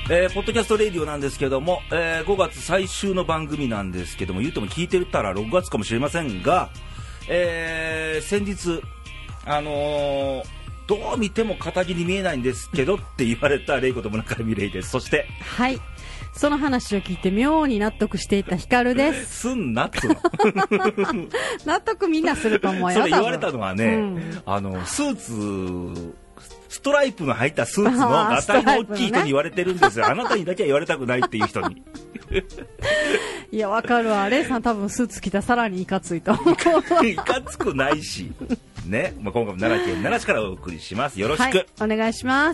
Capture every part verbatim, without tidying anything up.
えー、ポッドキャストレディオなんですけども、えー、ごがつ最終の番組なんですけども、言うても聞いてたらろくがつかもしれませんが、えー、先日あのー、どう見ても肩着に見えないんですけどって言われたレイコと村上レイです。そしてはい、その話を聞いて妙に納得していたヒカルです。 すんなっつうの納得みんなすると思うよ。 それ言われたのはね、うん、あのスーツストライプの入ったスーツのガタイの大きい人に言われてるんですよ。あなたにだけは言われたくないっていう人にいやわかるわ。レイさん多分スーツ着たらさらにいかついと思ういかつくないしね、まあ、今回も奈良県奈良市からお送りします。よろしく、はい、 お願いします。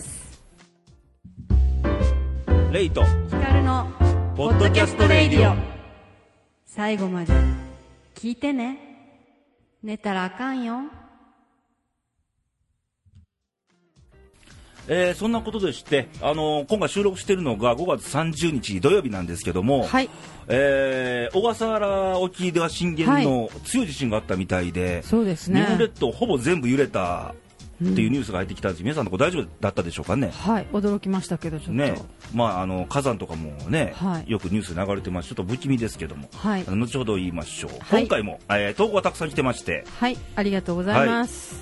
レイとヒカルのポッドキャストレディオ、 最後まで聞いてね。寝たらあかんよ。 えー、そんなことでして、あのー、今回収録しているのがごがつさんじゅうにち土曜日なんですけども、 はい、 えー、小笠原沖では震源の強い地震があったみたいで、 はい、そうですね、 日本列島ほぼ全部揺れたっていうニュースが入ってきたんです、うん、皆さんのとこ大丈夫だったでしょうかね。 はい、驚きましたけどちょっと、 ね、まあ、あの火山とかもね、 はい、 よくニュース流れてます。ちょっと不気味ですけども、 はい、 後ほど言いましょう、 はい、 今回も、えー、投稿がたくさん来てまして、 はい、ありがとうございます、はい、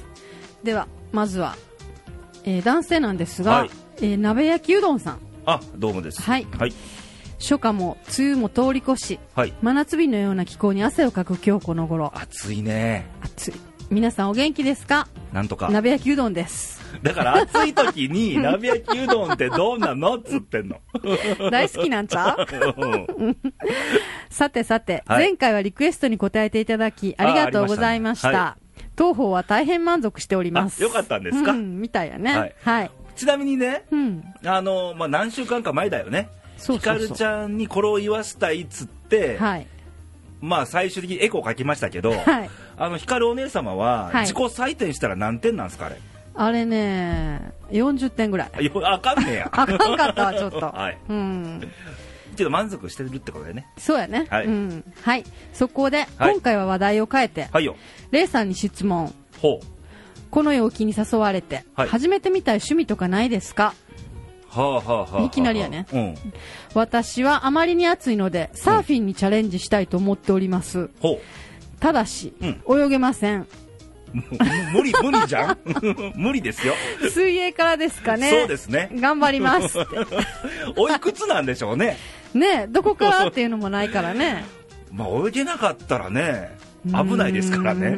ではまずは、えー、男性なんですが、はい、えー、鍋焼きうどんさん、 あ、どうもです。 はい、 はい、 初夏も梅雨も通り越し、はい、真夏日のような気候に汗をかく今日この頃。 暑いね。 暑い。皆さんお元気ですか。 なんとか鍋焼きうどんです。 だから暑い時に鍋焼きうどんってどうなのっつってんの大好きなんちゃうさてさて、はい、前回はリクエストに答えていただきありがとうございました。あ、ありましたね。はい、当方は大変満足しております。 よかったんですか、 うん、みたいやね。 はい、 はい、 ちなみにね、 うん、 あのまあ、何週間か前だよね。 そうそうそう、 ひかるちゃんにこれを言わせたいっつって、 はい、 まあ、最終的にエコー書きましたけど、はい、あのひかるお姉様は自己採点したら何点なんですか、あれ。 あれねよんじゅってんぐらい。 あかんねやあかんかったわちょっと、 はい、 うん、 ちょっと満足してるってことでね。 そうやね、 はい、 うん、はい、そこで、はい、今回は話題を変えて、 はい、よレイさんに質問。 ほう。 この陽気に誘われて、はい、始めてみたい趣味とかないですか。 はあはあはあ、 いきなりやね、 うん、 私はあまりに暑いのでサーフィンにチャレンジしたいと思っております、うん、ただし、うん、泳げません。 無理無理じゃん無理ですよ。 水泳からですかね。 そうですね、 頑張りますっておいくつなんでしょうね。 ね、どこからっていうのもないからねまあ泳げなかったらね危ないですからね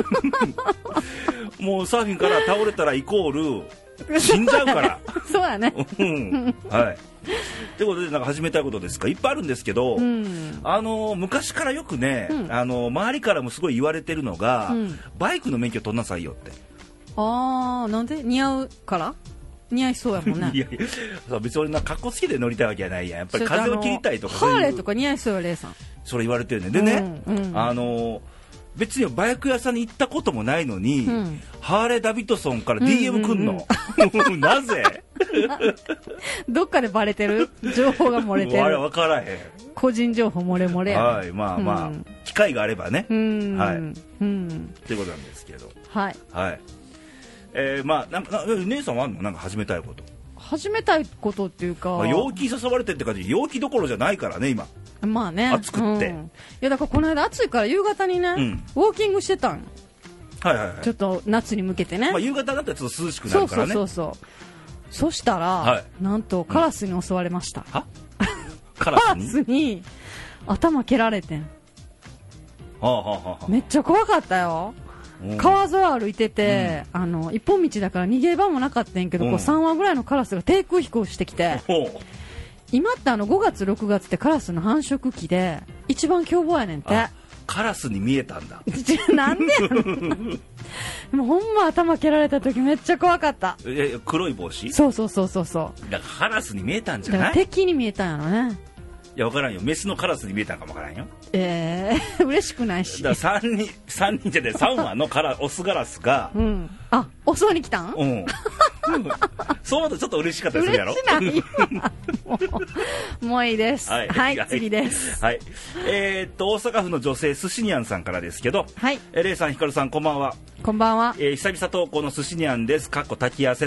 もうサーフィンから倒れたらイコール死んじゃうからそうだね、 うん、はいということでなんか始めたいことですかいっぱいあるんですけど、うん、あの昔からよくね、うん、あの周りからもすごい言われてるのが、うん、バイクの免許取んなさいよって。 あー、なんで？似合うから？似合いそうやもんね。 いやいや、別に俺な格好好きで乗りたいわけじゃないやん。やっぱり風を切りたいとかハーレーとか似合いそうよレイさん。 それ言われてるね。でね、うんうん、あの別にバイク屋さんに行ったこともないのに、うん、ハーレーダビッドソンから ディーエム 来んの、うんうんうん、なぜどっかでバレてる情報が漏れてる。 あれ分からへん。 個人情報漏れ漏れや、ね、 はい、まあまあ、うん、機会があればね、うん、はい、うん、っていうことなんですけど、 はい、 はい、えー、まあなんか姉さんはあんのなんか始めたいこと。 始めたいことっていうか、 まあ、陽気誘われてって感じ。陽気どころじゃないからね今。 まあね、 暑くって、うん、 いやだからこの間暑いから夕方にね、うん、ウォーキングしてたん、 はいはいはい、 ちょっと夏に向けてね、 まあ、夕方だったらちょっと涼しくなるからね。 そうそうそうそう。そしたら、はい、なんとカラスに襲われました、うん、はカラスに, カラスに頭蹴られてん、はあはあはあ、 めっちゃ怖かったよ。川沿い歩いてて、うん、あの一本道だから逃げ場もなかったんやけど、うん、こうさんわぐらいのカラスが低空飛行してきて、今ってあのごがつろくがつってカラスの繁殖期で一番凶暴やねんて。 カラスに見えたんだなんでやろでもほんま頭蹴られた時めっちゃ怖かった。 え黒い帽子。 そうそうそうそうそう。 だからカラスに見えたんじゃない。 だから敵に見えたんやろね。 いや分からんよ。メスのカラスに見えたんかも分からんよ。 えー、嬉しくないし。 だからさんにんさんにんじゃないさんわのカラオスガラスが、 うん、あ襲いに来たん。 うんそう思うとちょっと嬉しかったりするやろ。 嬉しないもう、もういいです。はい、はい、次です。 はい、えー、っと大阪府の女性寿司ニャンさんからですけど、 はい、 えー、レイさんひかるさんこんばんは。 こんばんは。 えー、久々投稿の寿司ニャンです。かっこ炊き合わせと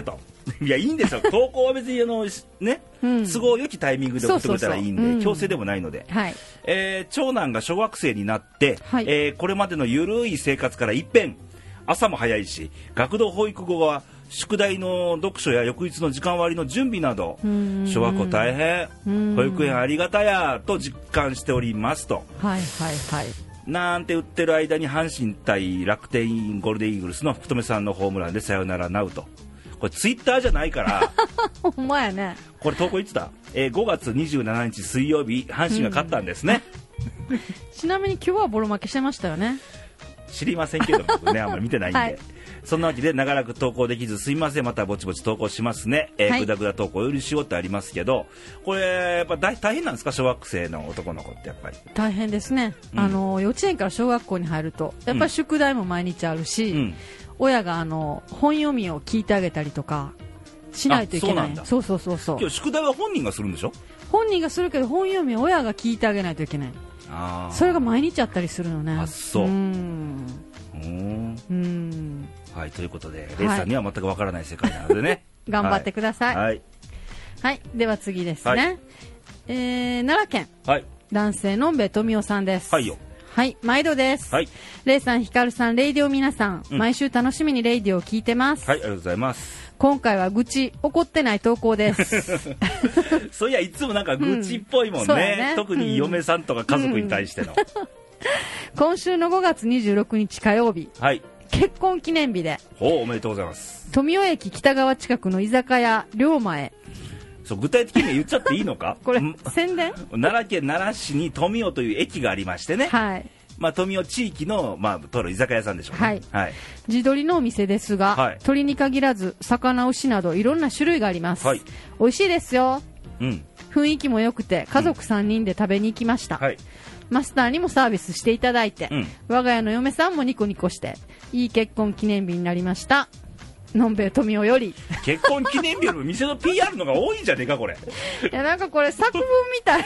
いやいいんですよ、投稿は別にあの、ねうん、都合よきタイミングで送ってくれたらいいんで、そうそうそう、うん、強制でもないので、はいえー、長男が小学生になって、はいえー、これまでのゆるい生活から一変、朝も早いし、学童保育後は宿題の読書や翌日の時間割の準備など、小学校大変、保育園ありがたやと実感しておりますと、はいはいはい、なんて言ってる間に阪神対楽天ゴールデンイーグルスの福留さんのホームランでサヨナラナウト。これツイッターじゃないからほんまやね。 これ投稿いつだ、えー、ごがつにじゅうしちにち水曜日、阪神が勝ったんですね、 うん、ちなみに今日はボロ負けしてましたよね。 知りませんけど僕ねあんまり見てないんで、はい、そんなわけで長らく投稿できずすいません、またぼちぼち投稿しますね、えーはい、ぐだぐだ投稿よりしようってありますけど、これやっぱ大大変なんですか、小学生の男の子ってやっぱり大変ですね、うん、あの幼稚園から小学校に入るとやっぱり宿題も毎日あるし、うん、親があの本読みを聞いてあげたりとかしないといけない。そうそうそうそう。今日宿題は本人がするんでしょ。 本人がするけど本読みを親が聞いてあげないといけない。あ、それが毎日あったりするのね。 あ、そう。うんうんはい、ということで、レイさんには全くわからない世界なのでね頑張ってください、はいはいはい、では次ですね、はい、えー、奈良県、はい、男性のんべえ富夫さんです。 はいよ、 はい、毎度です、はい、レイさん、ヒカルさん、レイディオ皆さん、うん、毎週楽しみにレイディオを聞いてます。 はい、ありがとうございます。 今回は愚痴怒ってない投稿ですそういやいつもなんか愚痴っぽいもん ね,、うん、ね、特に嫁さんとか家族に対しての、うん、 今週のごがつにじゅうろくにち火曜日、はい、結婚記念日で、 お、おめでとうございます。 富尾駅北側近くの居酒屋龍馬へ。 そう、具体的に言っちゃっていいのかこれ宣伝奈良県奈良市に富尾という駅がありましてね、はい、まあ、富尾地域の、まあ、とある居酒屋さんでしょうね、はいはい、地鶏のお店ですが、はい、鶏に限らず魚牛などいろんな種類があります、はい、美味しいですよ、うん、雰囲気も良くて家族さんにんで食べに行きました、うん、はい、マスターにもサービスしていただいて、うん、我が家の嫁さんもニコニコしていい結婚記念日になりました。のんべえ富夫より。 結婚記念日より店の ピーアール のが多いんじゃねえかこれ。 いや、なんかこれ作文みたい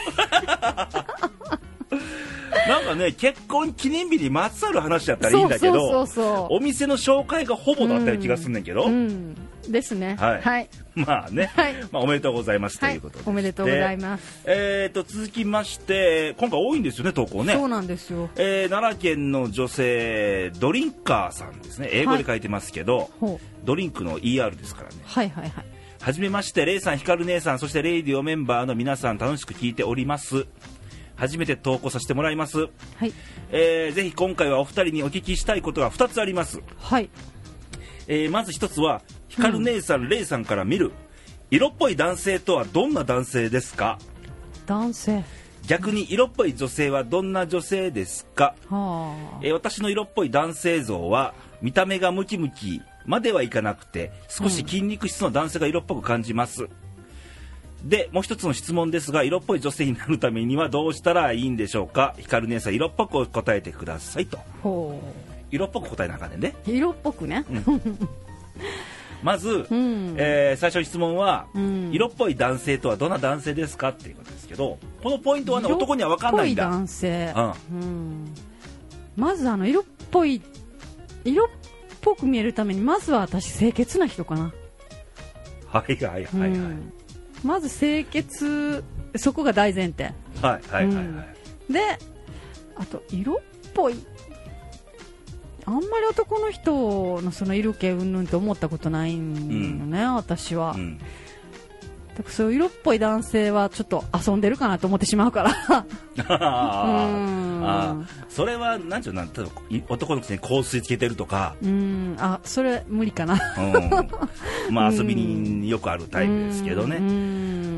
なんかね、結婚記念日にまつわる話だったらいいんだけど、そうそうそうそう、お店の紹介がほぼだったような気がするんだけど、うんうん、 ですね、 はい、はい、まあね、はい、まあ、おめでとうございますということで、はい、 おめでとうございます。 えー、と続きまして今回多いんですよね、投稿ね。 そうなんですよ、 えー、奈良県の女性ドリンカーさんですね、英語で書いてますけど、はい、ドリンクの イーアール ですからね。はいはいはい。はじめまして、レイさん、ヒカル姉さん、そしてレイディオメンバーの皆さん、楽しく聞いております。初めて投稿させてもらいます、はい、えー、ぜひ今回はお二人にお聞きしたいことがふたつあります、はい、えー、まずひとつはヒカル姉さん、うん、レイさんから見る色っぽい男性とはどんな男性ですか。 男性、 逆に色っぽい女性はどんな女性ですか。はあ、えー、私の色っぽい男性像は見た目がムキムキまではいかなくて少し筋肉質の男性が色っぽく感じます、うん、でもう一つの質問ですが、色っぽい女性になるためにはどうしたらいいんでしょうか。ヒカル姉さん、色っぽく答えてくださいと。ほう、色っぽく答えなあかんねんね。 色っぽくね、うん、 まず、うん、えー、最初の質問は、うん、色っぽい男性とはどんな男性ですかっていうことですけど、このポイントは、ね、男には分かんないんだ。 色っぽい男性、うんうん、まずあの色っぽい色っぽく見えるためにまずは私清潔な人かな。 はいはいはいはい、うん、 まず清潔、そこが大前提。はいはいはい、はい、うん、で、あと色っぽい、あんまり男の人のその色気うんぬんって思ったことないんよね、うん、私は、うん、だからそういう色っぽい男性はちょっと遊んでるかなと思ってしまうからあ、うん、あ、それはなんていうの、例えば男のくせに香水つけてるとか、 うん、あ、それ無理かな、 うん、まあ遊びによくあるタイプですけどね、うん、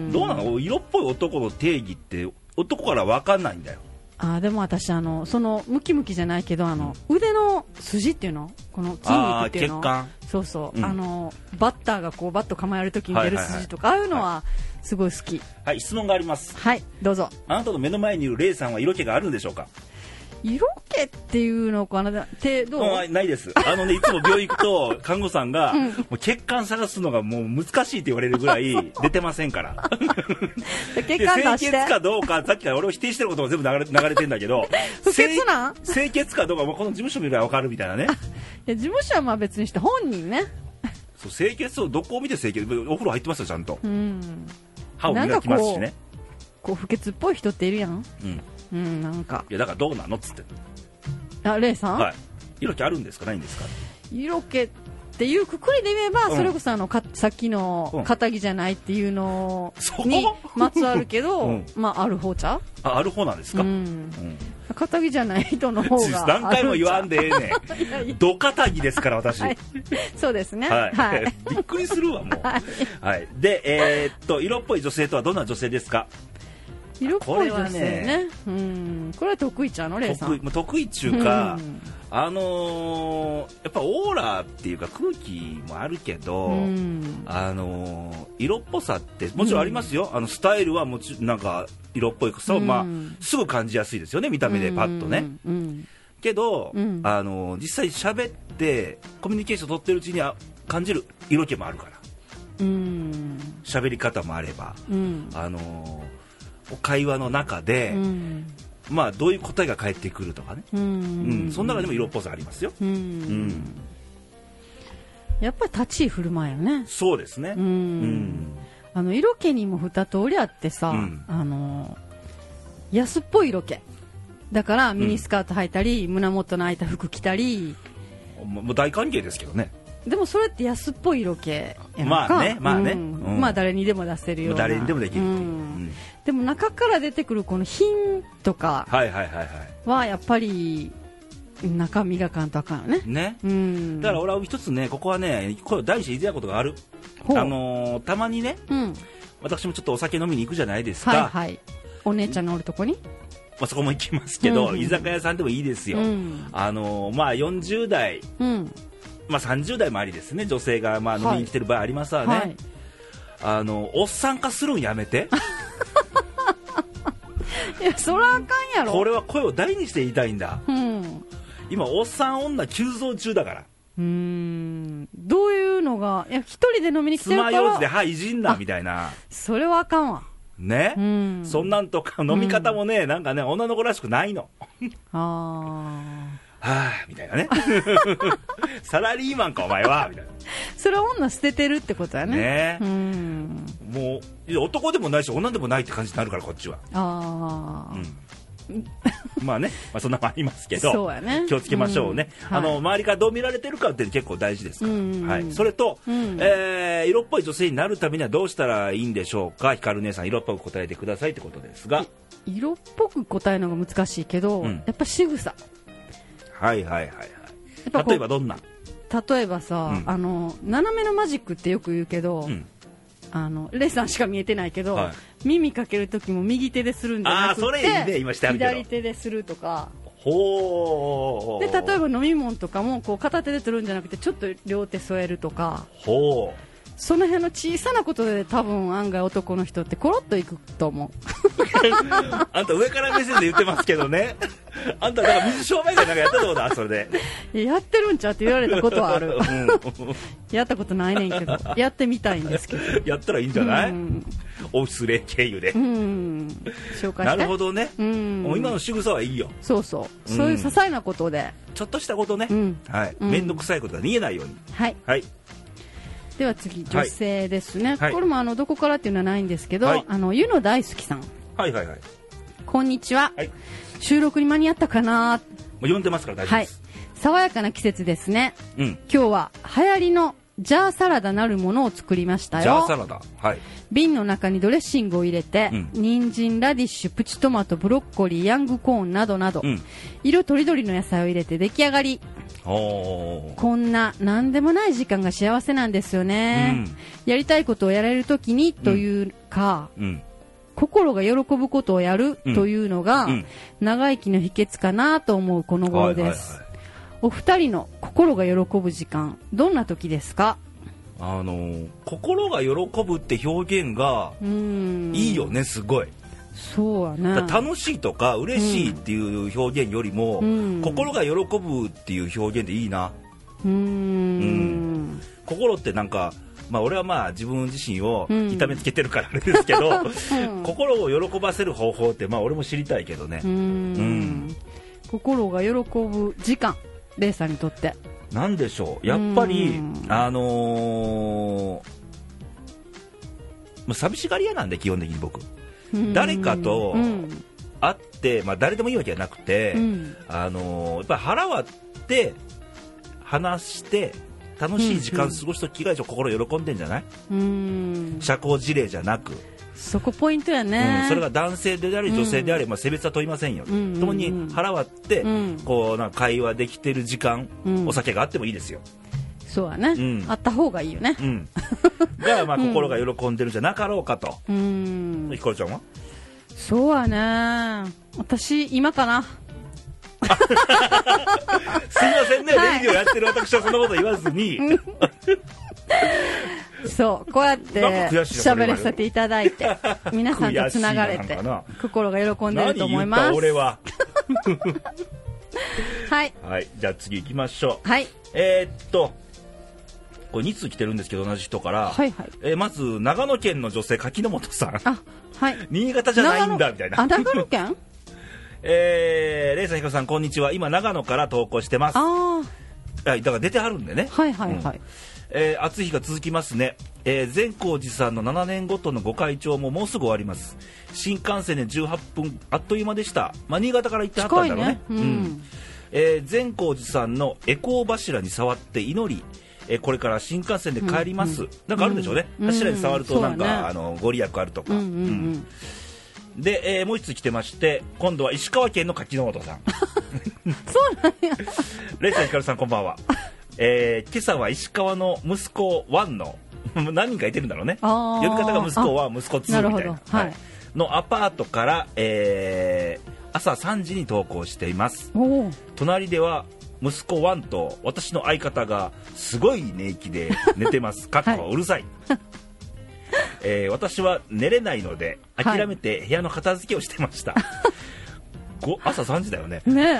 どうなの、色っぽい男の定義って男から分かんないんだよ。 あ、でも私あのそのムキムキじゃないけど、あの、うん、腕の筋っていうの、この筋肉っていうの、 血管、 そうそう、うん、あのバッターがこうバット構えるときに出る筋とか、はいはいはい、ああいうのはすごい好き。 はい、質問があります。 はい、どうぞ。 あなたの目の前にいるレイさんは色気があるんでしょうか。 色気っていうのかな、手どう、 うん、ないです。あのね、いつも病院行くと看護さんが、うん、もう血管探すのがもう難しいって言われるぐらい出てませんから血管出して、 清潔かどうか、さっきから俺を否定してることも全部流れ、流れてんだけど不潔なん、 清潔かどうかもこの事務所見れば分かるみたいなね。 いや、事務所はまあ別にして本人ねそう清潔をどこを見て清潔、お風呂入ってますよちゃんと、 うん、 歯を磨きますしね。 こう不潔っぽい人っているやん。うん、うん、なんかいやだからどうなのっつって。 あ、レイさん、 はい、色気あるんですかないんですか。 色気っていうくくりで言えば、うん、それこそあのかさっきの肩着じゃないっていうのにまつわるけど、うん、まあある方ちゃう。 あ、ある方なんですか。うん、うん、 肩着じゃない人の方が何回も言わんでええねんど肩着ですから私、はい、 そうですね、 はいはい、びっくりするわもう、はいはい、で、えー、っと色っぽい女性とはどんな女性ですか。 色っぽい女性 ね, ね、うん、これは得意ちゃうのレイさん。 得意、得意っちゅうか、うん、あのー、やっぱオーラっていうか空気もあるけど、うん、あのー、色っぽさってもちろんありますよ、うん、あのスタイルはもちなんか色っぽいさ、うん、まあ、すぐ感じやすいですよね見た目でパッとね、うんうん、けど、うん、あのー、実際喋ってコミュニケーション取ってるうちに感じる色気もあるから、うん、喋り方もあれば、うん、あのー会話の中で、うん、まあどういう答えが返ってくるとかね、うんうん、その中でも色っぽさありますよ、うんうん、 やっぱり立ち居振る舞いよね。 そうですね、うんうん、 あの色気にも二通りあってさ、うん、あの安っぽい色気だからミニスカート履いたり、うん、胸元の開いた服着たり、 もう大歓迎ですけどね。 でもそれって安っぽい色気やんか。 まあね、まあね、うんうん、まあ誰にでも出せるような、 誰にでもできるっていう、うんうん、 でも中から出てくるこの品とかはやっぱり中身がかんとあかんよね。 ね、うん、だから俺は一つね、ここはね、これを大事に言いたいことがある。あのー、たまにね、うん、私もちょっとお酒飲みに行くじゃないですか。はいはい、 お姉ちゃんのおるとこに、 まあ、そこも行きますけど、うんうん、居酒屋さんでもいいですよ、うん、あのー、まあよんじゅう代、うんまあ、さんじゅう代もありですね、女性がまあ飲みに来てる場合ありますわね、はいはい、あのおっさん化するんやめていやそらあかんやろ。 これは声を大にして言いたいんだ、うん、今おっさん女急増中だから。 うーん、どういうのが、いや一人で飲みに来てるから爪楊枝で歯いじんなみたいな、 それはあかんわね、うん、そんなんとか飲み方もね、うん、なんかね女の子らしくないのあはぁみたいなねサラリーマンかお前はみたいな。 それは女捨ててるってことやね。 ね、うん、もう男でもないし女でもないって感じになるからこっちは。あ、うん、まあね、まあ、そんなのありますけど、そうやね、気をつけましょうね、うん、あの、はい、周りからどう見られてるかって結構大事ですから、うんはい、それと、うん、えー、色っぽい女性になるためにはどうしたらいいんでしょうか。ひかる姉さん色っぽく答えてくださいってことですが、 色っぽく答えるのが難しいけど、うん、やっぱ仕草。 はいはいはいはい。例えばどんな？ 例えばさ、うん、あの斜めのマジックってよく言うけど、うん、あのレイさんしか見えてないけど、はい、耳かけるときも右手でするんじゃなくて、あ、それいいね、今してあるけど左手でするとか。ほー。で例えば飲み物とかもこう片手で取るんじゃなくてちょっと両手添えるとか。ほー。その辺の小さなことで多分案外男の人ってコロッといくと思うあんた上から目線で言ってますけどねあんただから水商売会なんかやったことだそれでやってるんちゃうって言われたことはある、うん、やったことないねんけどやってみたいんですけどやったらいいんじゃない、うん、オフィス例経由で、うん、 紹介して。 なるほどね、うん、もう今の仕草はいいよ。 そうそう、そういう些細なことでちょっとしたことね、うん、はい、面倒くさいことは逃げないように、はい、はい。 では次、女性ですね、はい、これもあのどこからっていうのはないんですけど、はい、あの湯野大好きさん、はいはいはい、こんにちは、はい、収録に間に合ったかな。 もう読んでますから大丈夫です、 はい、爽やかな季節ですね、うん、今日は流行りのジャーサラダなるものを作りましたよ。 ジャーサラダ、はい、 瓶の中にドレッシングを入れて、うん、人参、ラディッシュ、プチトマト、ブロッコリー、ヤングコーンなどなど、うん、色とりどりの野菜を入れて出来上がり。こんな何でもない時間が幸せなんですよね、うん、やりたいことをやれるときにというか、うん、心が喜ぶことをやるというのが、うん、長生きの秘訣かなと思うこの頃です、はいはいはい、お二人の心が喜ぶ時間どんな時ですか。 あのー、心が喜ぶって表現がいいよね。すごいそうやね、 楽しいとか嬉しいっていう表現よりも、うん、心が喜ぶっていう表現でいいな。うーん、うん、心ってなんか、まあ、俺はまあ自分自身を痛めつけてるからあれですけど、うん、心を喜ばせる方法ってまあ俺も知りたいけどね。うーん、 うん、心が喜ぶ時間レイさんにとってなんでしょう、やっぱりあのー、寂しがり屋なんで基本的に僕、誰かと会って、まあ、誰でもいいわけじゃなくて、うん、あのー、やっぱり腹割って話して楽しい時間過ごすときが一応心喜んでんじゃない？うん、社交辞令じゃなく、 そこポイントやね、 うん、それが男性であり女性であり、うん、まあ、性別は問いませんよ、うんうんうん、共に腹割って、うん、こうなんか会話できてる時間、うん、お酒があってもいいですよ。 そうやね、うん、あった方がいいよね、うん、 が、まあ、心が喜んでるんじゃなかろうかと。うん、ひかるちゃんは？ そうやね、私今かなすいませんね、はい、レイディオやってる私はそんなこと言わずにそうこうやって喋らせていただいて皆さんとつながれて心が喜んでると思います。 何言った俺ははい、 はい、じゃあ次行きましょう。 はい、 えー、っとこれに通来てるんですけど同じ人から、はいはい、えー、まず長野県の女性柿本さん、あ、はい、新潟じゃないんだみたいな。 あ、長野県えー、レイさんひかるさんこんにちは、今長野から投稿してます。ああ、だから出てはるんでね。 はいはいはい、うん、 えー、暑い日が続きますね。えー、善光寺さんのななねんごとのご開帳ももうすぐ終わります。新幹線でじゅうはっぷん、あっという間でした。まあ、新潟から行ってはったんだろうね。近いね、うんうん、えー、善光寺さんの回向柱に触って祈り、えー、これから新幹線で帰ります、うんうん、なんかあるんでしょうね、うんうん、柱に触るとなんか、ね、あのご利益あるとか、うんうんうんうん、で、えー、もう一つ来てまして、今度は石川県の柿本さんそうなんやレイさんひかるさんこんばんは。えー、今朝は石川の息子ワンの何人かいてるんだろうね、呼び方が息子は息子ツーみたいな、はい、のアパートから、えー、朝さんじに投稿しています。隣では息子ワンと私の相方がすごい寝息で寝てますかっこうるさい、はい、えー、私は寝れないので諦めて部屋の片付けをしてました、はい、朝さんじだよねね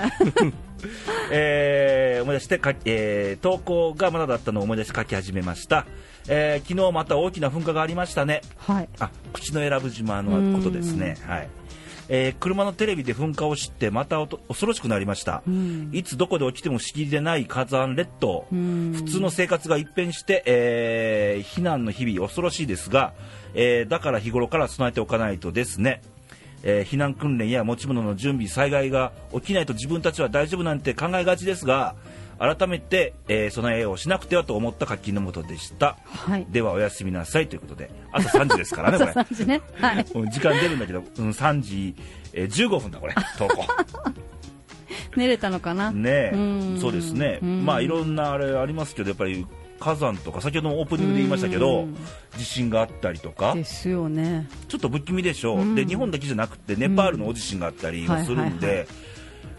えー、思い出してか、えー、投稿がまだだったのを思い出して書き始めました。えー、昨日また大きな噴火がありましたね、はい、あ、口永良部島のことですね、はい、えー、車のテレビで噴火を知ってまたおと恐ろしくなりました。いつどこで起きても不思議でない火山列島、普通の生活が一変して、えー、避難の日々恐ろしいですが、えー、だから日頃から備えておかないとですね。えー、避難訓練や持ち物の準備、災害が起きないと自分たちは大丈夫なんて考えがちですが、改めて、えー、備えをしなくてはと思った柿本でした、はい、ではおやすみなさいということで、朝さんじですからねこれ朝さんじね、はい、 時間出るんだけど、うん、さんじ、えー、じゅうごふんだこれ投稿寝れたのかなねえ、そうですね、まあいろんなあれありますけど、やっぱり火山とか先ほどのオープニングで言いましたけど、地震があったりとかですよね、ちょっと不気味でしょう。で日本だけじゃなくてネパールの大地震があったりもするんで、はいはいはい、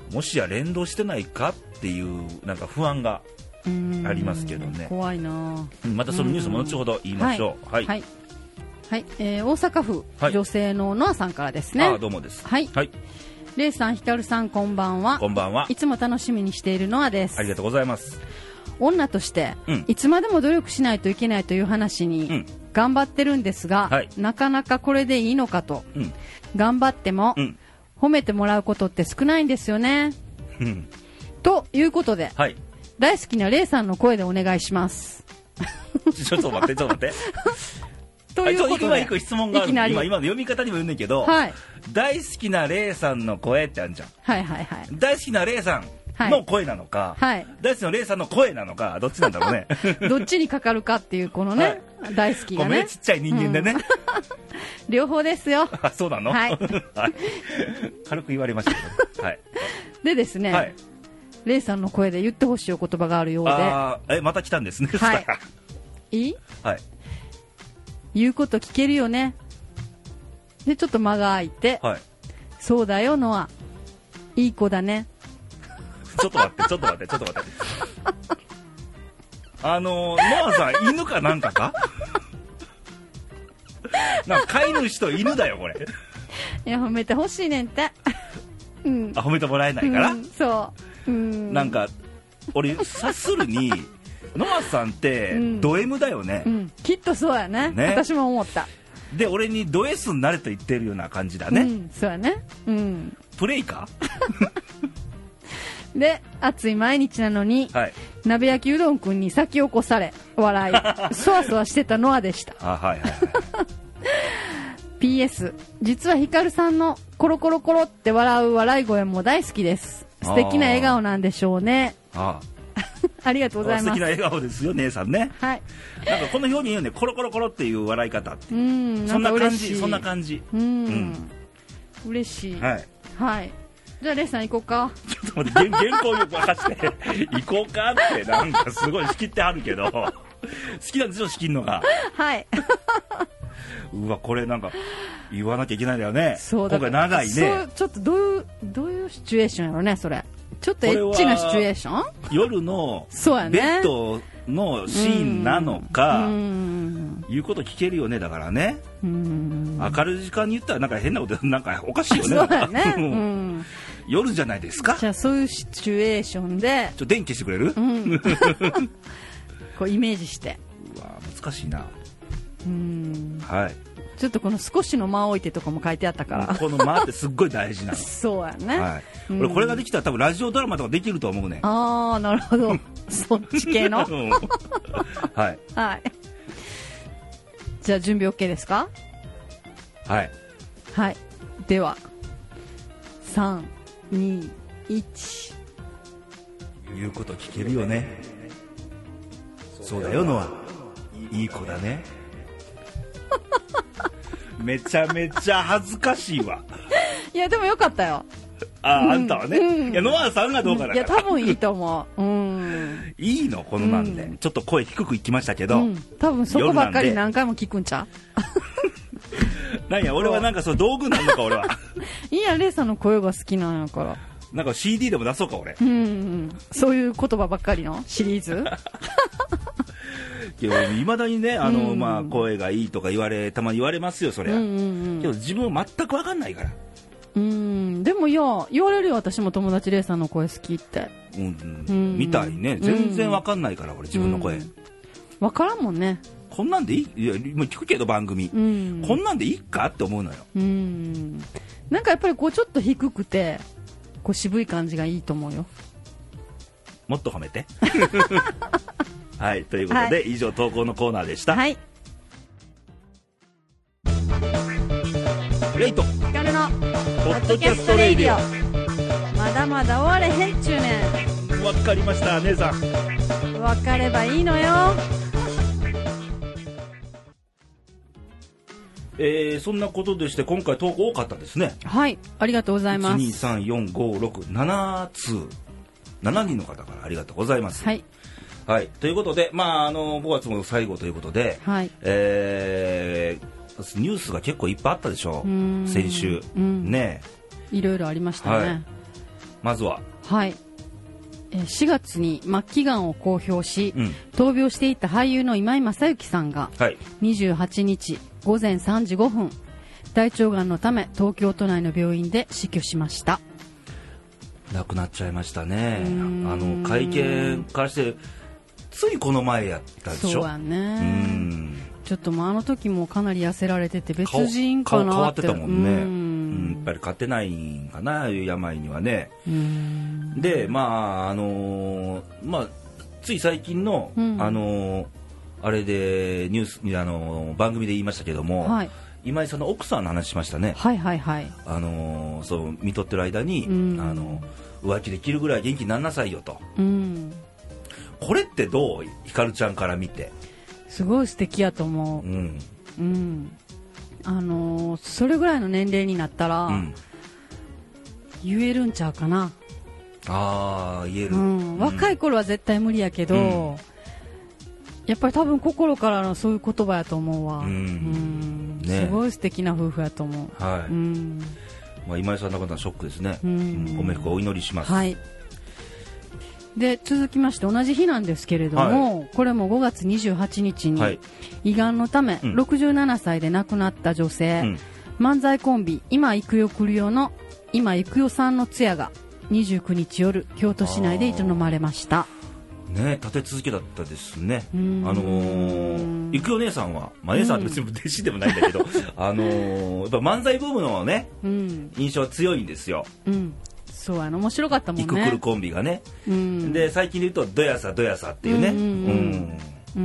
もしや連動してないかっていうなんか不安がありますけどね。 怖いな。 またそのニュースも後ほど言いましょう。はい、はいはい、えー、大阪府、はい、女性のノアさんからですね。 あ、どうもです。 はい、はい、レイさんひかるさんこんばんは。 こんばんは。 いつも楽しみにしているノアです。 ありがとうございます。 女として、うん、いつまでも努力しないといけないという話に頑張ってるんですが、うん、はい、なかなかこれでいいのかと、うん、頑張っても、うん、褒めてもらうことって少ないんですよね、うん、ということで、はい、大好きなレイさんの声でお願いしますちょっと待ってちょっと待ってということで、 今一個質問がある。今今の読み方にも言うんだけど、はい、大好きなレイさんの声ってあるじゃん。 はいはいはい。 大好きなレイさんの声なのか、はい、大好きなレイさんの声なのか、どっちなんだろうねどっちにかかるかっていうこのね、はい、大好きがね、 ごめんちっちゃい人間でね、うん、 両方ですよあ、そうなの、はい、軽く言われましたけど、はい、 でですね、はい、レイさんの声で言ってほしいお言葉があるようで、 あ、え、また来たんですね、 はい、いい、はい、言うこと聞けるよね。でちょっと間が空いて、はい、そうだよノア、いい子だね。 ちょっと待ってちょっと待ってちょっと待ってあのー、ノアさん犬かなんかかなんか飼い主と犬だよこれ。 いや褒めてほしいねんて、 うん、あ、褒めてもらえないから、うん、 そう、うん、 なんか俺察するにノアさんってド M だよね、うんうん、 きっとそうや ね, ね私も思った。 で俺にド S になれと言ってるような感じだね、 うん、そうやね、うん、 プレイかで暑い毎日なのに、 はい、 鍋焼きうどんくんに先起こされ笑いそわそわしてたノアでした。 あ、はいはいはい、 ピーエス 実はヒカルさんのコロコロコロって笑う笑い声も大好きです。素敵な笑顔なんでしょうね。 あありがとうございます。 素敵な笑顔ですよ姉さんね。 はい。 なんかこの表現よね、コロコロコロっていう笑い方って。 うん、 そんな感じ、そんな感じ。 うん。うん、嬉しい。 はい。 はい。じゃあレイさん行こうか。 ちょっと待って、原稿よく沸かして行こうかってなんかすごい仕切ってあるけど好きなんですよ仕切るのが。 はい。 うわこれなんか言わなきゃいけないんだよね。 そうだ今回長いね。 そうちょっとどういうどういうシチュエーションやろねそれ。ちょっとエッチなシチュエーション。 夜のそうやね。 ベッドのシーンなのか、いうこと聞けるよね。だからね。うん明るい時間に言ったらなんか変なことなんかおかしいよね。 そうやね。うん、 夜じゃないですか。 じゃあそういうシチュエーションで。 ちょっと電気消してくれる？うん、 こうイメージして。 うわ難しいな。 うんはい。 ちょっとこの少しの間を置いてとかも書いてあったからこの間ってすっごい大事なの。 そうやね、 はい、俺これができたら多分ラジオドラマとかできると思うね。 ああなるほどそっち系の、うん、はい、はい、じゃあ準備 OK ですか？ はいはいではさんにいち言うこと聞けるよね。そうだよノアいい子だねめちゃめちゃ恥ずかしいわ。 いやでもよかったよ。 あ、うん、あんたはね、うん、いやノアさんがどうかだから。いや多分いいと思う、うん、 いいのこのなんで、うん、ちょっと声低くいきましたけど、うん、 多分そこばっかり何回も聞くんちゃうなんや俺はなんかその道具なのか俺は。 いいやレイさんの声が好きなんやからなんか シーディー でも出そうか俺、 うんうん、そういう言葉ばっかりのシリーズいまだにねあの、うんまあ、声がいいとか言われたまに言われますよそりゃ、うんうんうん、けど自分は全く分かんないから。 うんでもいや言われるよ私も友達レイさんの声好きって、 うんうんうん、みたいね全然分かんないから、うん、俺自分の声、うん、 分からんもんね。 こんなんでいいいや聞くけど番組、うん、こんなんでいいかって思うのよ、 うん、なんかやっぱりこうちょっと低くてこう渋い感じがいいと思うよ。 もっと褒めてはいということで、はい、以上投稿のコーナーでした。 はいレイトヒカルのポッドキャストレイディオまだまだ終われへんちゅうねん。わかりました姉さん分かればいいのよ。 えー、そんなことでして今回投稿多かったですね。 はいありがとうございます。 いちにさんよんごろくななつうななにんの方からありがとうございます。 はいはい、ということで、まあ、あのごがつも最後ということで、 はいえー、ニュースが結構いっぱいあったでしょう先週、うん、ねいろいろありましたね、はい、 まずは、 はい、しがつに末期がんを公表し、うん、闘病していた俳優の今井正幸さんが、はい、にじゅうはちにちごぜんさんじごふん大腸がんのため東京都内の病院で死去しました。 亡くなっちゃいましたね。あの会見からしてついこの前やったでしょ。 そうやね。うんちょっともうあの時もかなり痩せられてて別人かなって顔変わってたもんね。うんうんやっぱり勝てないんかないう病にはね。うんでまああのー、まあつい最近の、うん、あのー、あれでニュースあのー、番組で言いましたけども、はい、今井さんの奥さんの話しましたね。 はいはいはい。 あのー、そう見とってる間に、うん、あの浮気できるぐらい元気にならなさいよと。うんこれってどうひかるちゃんから見て。 すごい素敵やと思う、うんうん、あのー、それぐらいの年齢になったら、うん、言えるんちゃうかな。 あー言える、 うん、若い頃は絶対無理やけど、うん、やっぱり多分心からのそういう言葉やと思うわ、うんうんね、すごい素敵な夫婦やと思う、 はいうんまあ、今井さんの方はショックですね、うん、ご冥福をお祈りします。 はいで続きまして同じ日なんですけれども、はい、これもごがつにじゅうはちにちに、はい、胃がんのためろくじゅうななさいで亡くなった女性、うん、漫才コンビ今行くよ来るよの今行くよさんの通夜がにじゅうくにち夜京都市内で営まれました。 ね立て続けだったですね。あのー、行くよ姉さんは、まあ、姉さんは別に弟子でもないんだけど、あのー、やっぱ漫才ブームのね、うん、印象は強いんですよ。 うんそうやな、面白かったもんね。 イククルコンビがね、 うん、 で最近で言うとドヤサドヤサっていうね、うんうんうんうん、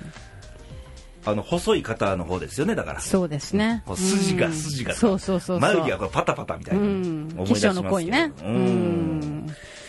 あの細い方の方ですよね。だからそうですね、 こう筋が、うん、筋がそうそうそうそう、 眉毛がこうパタパタみたいな、うん、思い出しますけど、 の恋ね、うん、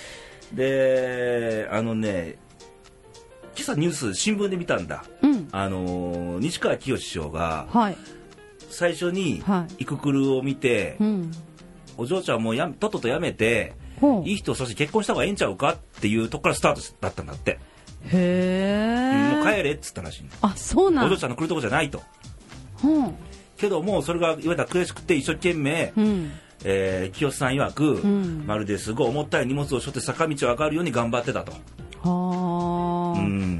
であのね今朝ニュース新聞で見たんだ、うん、あの西川きよし師匠が、はい、最初にイククルを見て、はい、うん、お嬢ちゃんもうやとっととやめていい人そして結婚した方がええんちゃうかっていうとこからスタートだったんだって。 へー、 もう帰れっつったらしいの。 あ、そうなん。 お嬢ちゃんの来るとこじゃないと、うん、けどもそれが言われたら悔しくて一生懸命、うん、えー、清さん曰く、うん、まるですごい重たい荷物を背負って坂道を上がるように頑張ってたと。はー、うん、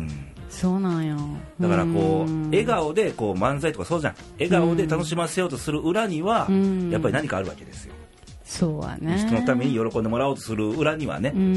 そうなんや。だからこう笑顔でこう漫才とかそうじゃん、笑顔で楽しませようとする裏には、うん、やっぱり何かあるわけですよ。 そうはね、 人のために喜んでもらおうとする裏にはね、うん、うん、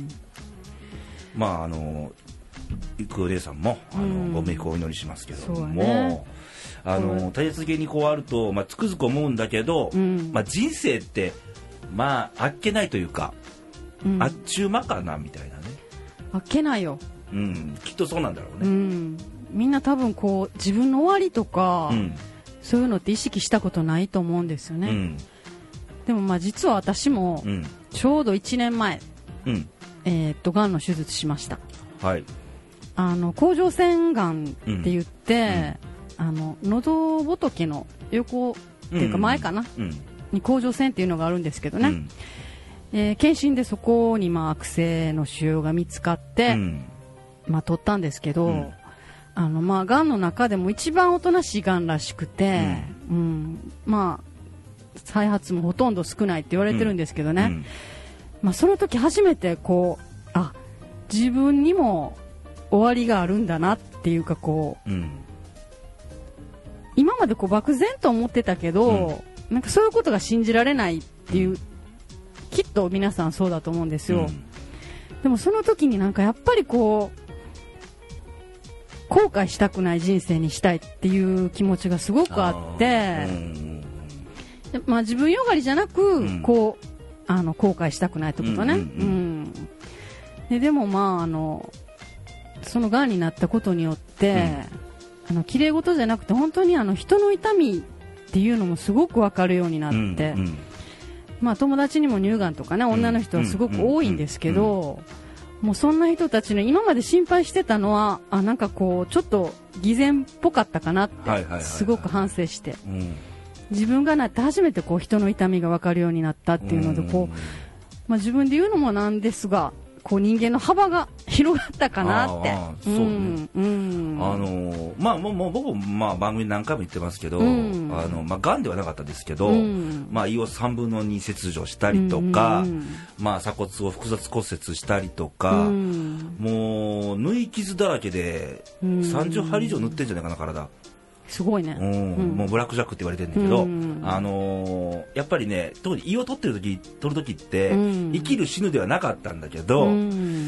まああの郁恵さんもあの、うん、ご冥福をお祈りしますけども、ね、あの立て続けにこうあると、まあ、つくづく思うんだけど、うん、まあ、人生ってまああっけないというか、うん、あっちゅう間かなみたいなね。 あっけないよ、 うん、きっとそうなんだろうね、 うん、みんな多分こう自分の終わりとか、うん、そういうのって意識したことないと思うんですよね、うん、でもまあ実は私もちょうどいちねんまえ、うん、えー、っとがんの手術しました、はい、あの甲状腺がんって言って、うん、あの喉仏の横っていうか前かな、うんうん、に甲状腺っていうのがあるんですけどね、うん、えー、検診でそこにまあ悪性の腫瘍が見つかって、うん、まあ、取ったんですけど、うん、あのまあがんの中でも一番おとなしいがんらしくて、うんうん、まあ再発もほとんど少ないって言われてるんですけどね、うんうん、まあ、その時初めてこうあ自分にも終わりがあるんだなっていうかこう、うん、今までこう漠然と思ってたけど、うん、なんかそういうことが信じられないっていう、うん、きっと皆さんそうだと思うんですよ、うん、でもその時になんかやっぱりこう後悔したくない人生にしたいっていう気持ちがすごくあって、うん、でまあ、自分よがりじゃなく、うん、こうあの後悔したくないってことね、うんうんうん、で, でもまああのそのがんになったことによって、うん、あの綺麗事じゃなくて本当にあの人の痛みっていうのもすごく分かるようになって、うんうん、まあ、友達にも乳がんとかね女の人はすごく多いんですけど、もうそんな人たちの今まで心配してたのはあなんかこうちょっと偽善っぽかったかなってすごく反省して、うん、自分がなって初めてこう人の痛みが分かるようになったっていうのでこう、まあ、自分で言うのもなんですがこう人間の幅が広がったかなって。ああそうね、うんうん、 あのまあもうもう僕もまあ番組何回も言ってますけど、うん、あのまあがんではなかったですけど、うん、まあ胃をさんぶんのに切除したりとか、うんうん、まあ鎖骨を複雑骨折したりとか、うん、もう縫い傷だらけでさんじゅうはり以上縫ってんじゃないかな体。 すごいね、 うんうん、もうブラックジャックって言われてるんだけど、うん、あのー、やっぱりね特に胃を取ってる時取る時って、うん、生きる死ぬではなかったんだけど、うん、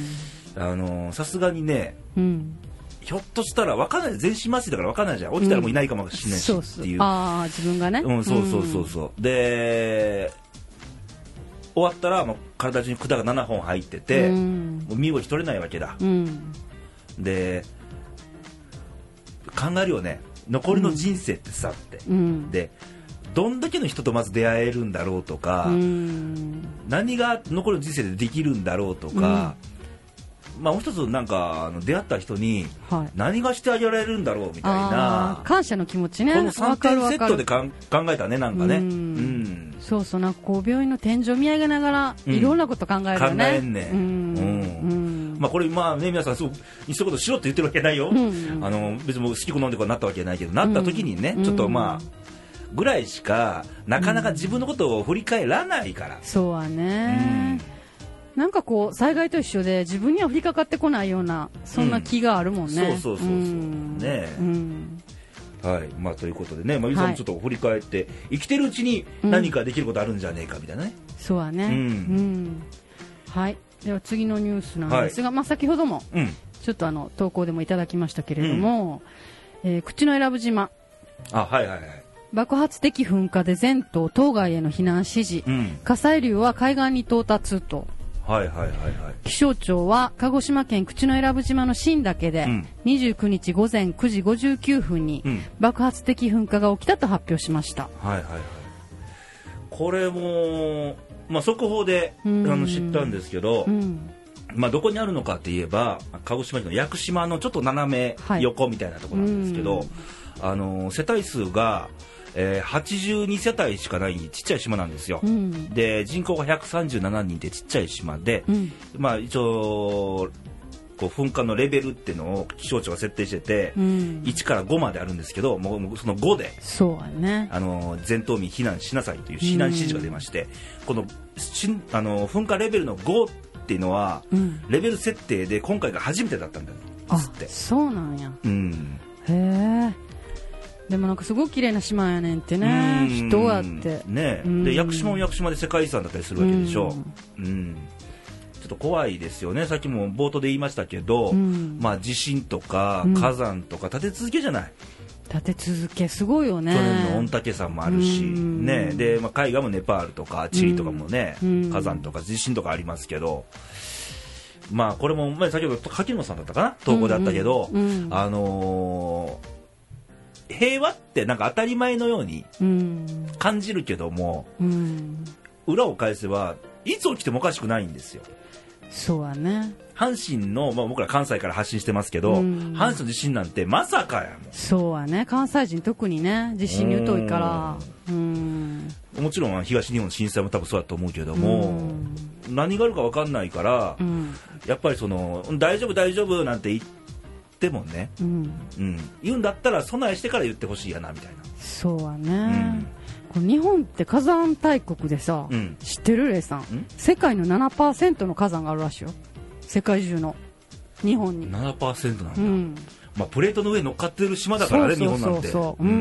あのー、さすがにね、うん、ひょっとしたら分かんない全身麻酔だから分かんないじゃん起きたらもういないかもしれないし、うん、っていうあ自分がね、 うん、そうそうそうそう、で終わったらもう体中に管がななほん入ってて、うん、もう身動き取れないわけだ、うん、で考えるよね残りの人生ってさって、うん、でどんだけの人とまず出会えるんだろうとか、うん、何が残りの人生でできるんだろうとか、うん、まあもう一つなんかあの出会った人に何がしてあげられるんだろうみたいな、 はい、感謝の気持ちねこのさんてんセットでかん考えたねなんかね、うんうん、 そうそうなんかこう病院の天井見上げながらいろんなこと考えるよね、 考えんね、うんうんまあ、これまあね皆さんすごく一言しろって言ってるわけないよ、うんうん、あの別に好き好んでこうなったわけないけどなった時にね、うん、ちょっとまあぐらいしかなかなか自分のことを振り返らないから、うん、 そうはね、うん、なんかこう災害と一緒で自分には降りかかってこないようなそんな気があるもんね、 うん、そうそうそうそう、うん、ね、うんはいまあ、ということでね、まあ、ゆうさんもちょっと振り返って、はい、生きてるうちに何かできることあるんじゃねえかみたいなね、 うん、そうはね、うんうん、はいでは次のニュースなんですが、はいまあ、先ほどもちょっとあの投稿でもいただきましたけれども、うんえー、口永良部島あ、はいはいはい、 爆発的噴火で全島島外への避難指示、うん、火砕流は海岸に到達と。 はいはいはいはい、 気象庁は鹿児島県口永良部島の新岳で、うん、にじゅうくにちごぜんくじごじゅうきゅうふんに爆発的噴火が起きたと発表しました。 はいはいはい、これも、まあ、速報であの知ったんですけど、うん、まあ、どこにあるのかって言えば鹿児島県の屋久島のちょっと斜め横みたいなところなんですけど、はい、あの世帯数がえー、はちじゅうにせたいしかないちっちゃい島なんですよ、うん、で人口がひゃくさんじゅうななにんでちっちゃい島で、うん、まあ、一応こう噴火のレベルっていうのを気象庁が設定してて、うん、いちからごまであるんですけど、もうそのごでそうね、 あの全島民避難しなさいという避難指示が出まして、うん、このしあの噴火レベルのごっていうのは、うん、レベル設定で今回が初めてだったんだよって。 あ、そうなんや、 うん、 へえ。でもなんかすごく綺麗な島やねんってね、人やってね。で屋久島も屋久島で世界遺産だったりするわけでしょ。うん、うん、ちょっと怖いですよね。さっきも冒頭で言いましたけど、うん、まあ、地震とか火山とか立て続けじゃない、 うん、立て続けすごいよね。 去年の御嶽山もあるし、ね、で、まあ、海外もネパールとかチリとかもね、うん、火山とか地震とかありますけど、まあ、これも、まあ、先ほど柿本さんだったかな投稿であったけど、うんうん、あのー平和ってなんか当たり前のように感じるけども、うん、裏を返せばいつ起きてもおかしくないんですよ。 そうはね。 阪神の、まあ、僕ら関西から発信してますけど、うん、阪神の地震なんてまさかやもん。 そうはね。関西人特にね地震に疎いから、うん、 もちろん東日本の震災も多分そうだと思うけども、うん、何があるか分かんないから、うん、やっぱりその大丈夫大丈夫なんて言ってでもね、うんうん、言うんだったら備えしてから言ってほしいやなみたいな。 そうはね、うん、これ日本って火山大国でさ、うん、知ってるレイさん、ん世界の ななパーセント の火山があるらしいよ。世界中の日本にななパーセント なんだ、うん、まあ、プレートの上に乗っかってる島だからね。日本なんてそう、うん、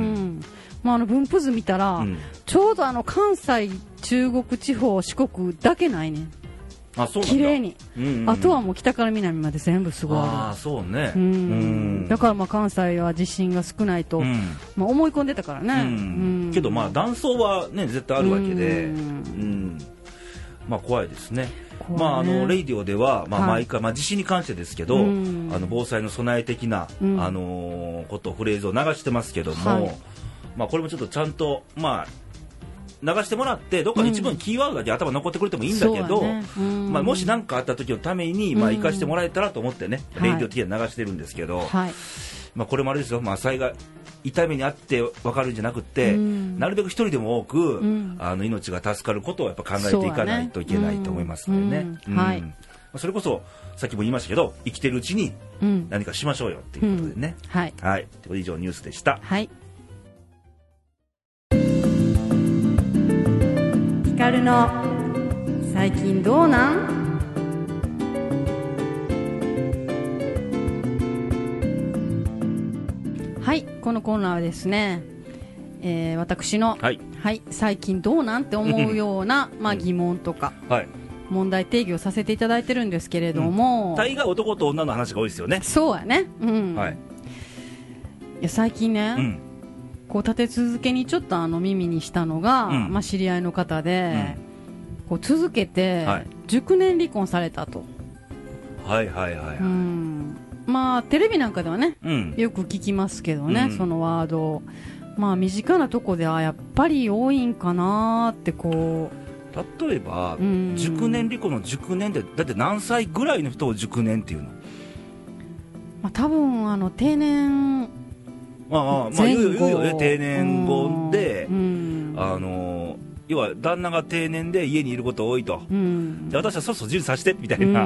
まあ、あの分布図見たら、うん、ちょうどあの関西中国地方四国だけないねん。 あ、そうなんだ。 綺麗に、うんうん、あとはもう北から南まで全部すごい。 ああ、そうね、 うんうん、だからまあ関西は地震が少ないと、うん、まあ、思い込んでたからね、うんうん、けどまあ断層はね絶対あるわけで、うんうん、まあ怖いですね。まあ、あのレイディオでは、まあ、毎回、はい、まあ、地震に関してですけど、うん、あの防災の備え的な、うん、あのー、ことフレーズを流してますけども、はい、まあ、これもちょっとちゃんとまあ流してもらってどっか一文キーワードだけ頭に残ってくれてもいいんだけど、ね、まあ、もし何かあった時のために、まあ、生かしてもらえたらと思ってね、レイディオ的には流してるんですけど、はい、まあ、これもあれですよ、まあ、災害痛い目にあって分かるんじゃなくって、なるべく一人でも多く、あの命が助かることをやっぱ考えていかないといけないと思いますのでね。それこそさっきも言いましたけど生きてるうちに何かしましょうよっていうことでね、うん、はい、はい、ということで以上ニュースでした。 はい、ヒカルの最近どうなん？はい、このコーナーはですね、えー、私の、はいはい、最近どうなんって思うような、まあ、疑問とか、はい、問題定義をさせていただいてるんですけれども、 うん、大概男と女の話が多いですよね。 そうやね、うん、はい、いや最近ね、うん、こう立て続けにちょっとあの耳にしたのが、うん、まあ、知り合いの方で、うん、こう続けて、はい、熟年離婚されたと。 はいはいはい、はい、うん、 まあテレビなんかではね、うん、よく聞きますけどね、うん、そのワード、まあ身近なとこではやっぱり多いんかなってこう。例えば、うん、熟年離婚の熟年ってだって何歳ぐらいの人を熟年っていうの？ まあ、多分あの定年まあまあまあ言うよね、定年後で、うん、あの要は旦那が定年で家にいること多いと、うん、で私はそろそろ自由させてみたいな、うん、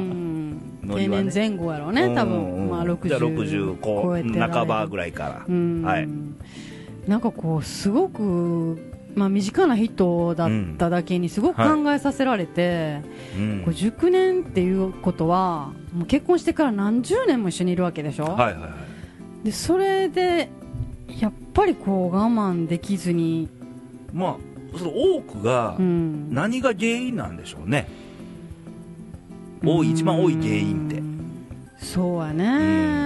ノリはね、 定年前後やろうね多分、まあ、ろくじゅうじゃあろくじゅう超えて半ばぐらいから、うん、はい、 なんかこうすごく、まあ、身近な人だっただけにすごく考えさせられて、うんはい、こう熟年っていうことはもう結婚してから何十年も一緒にいるわけでしょ、はいはいはい、でそれでやっぱりこう我慢できずに、 まあその多くが何が原因なんでしょうね、うん、多い一番多い原因って。 そうはね、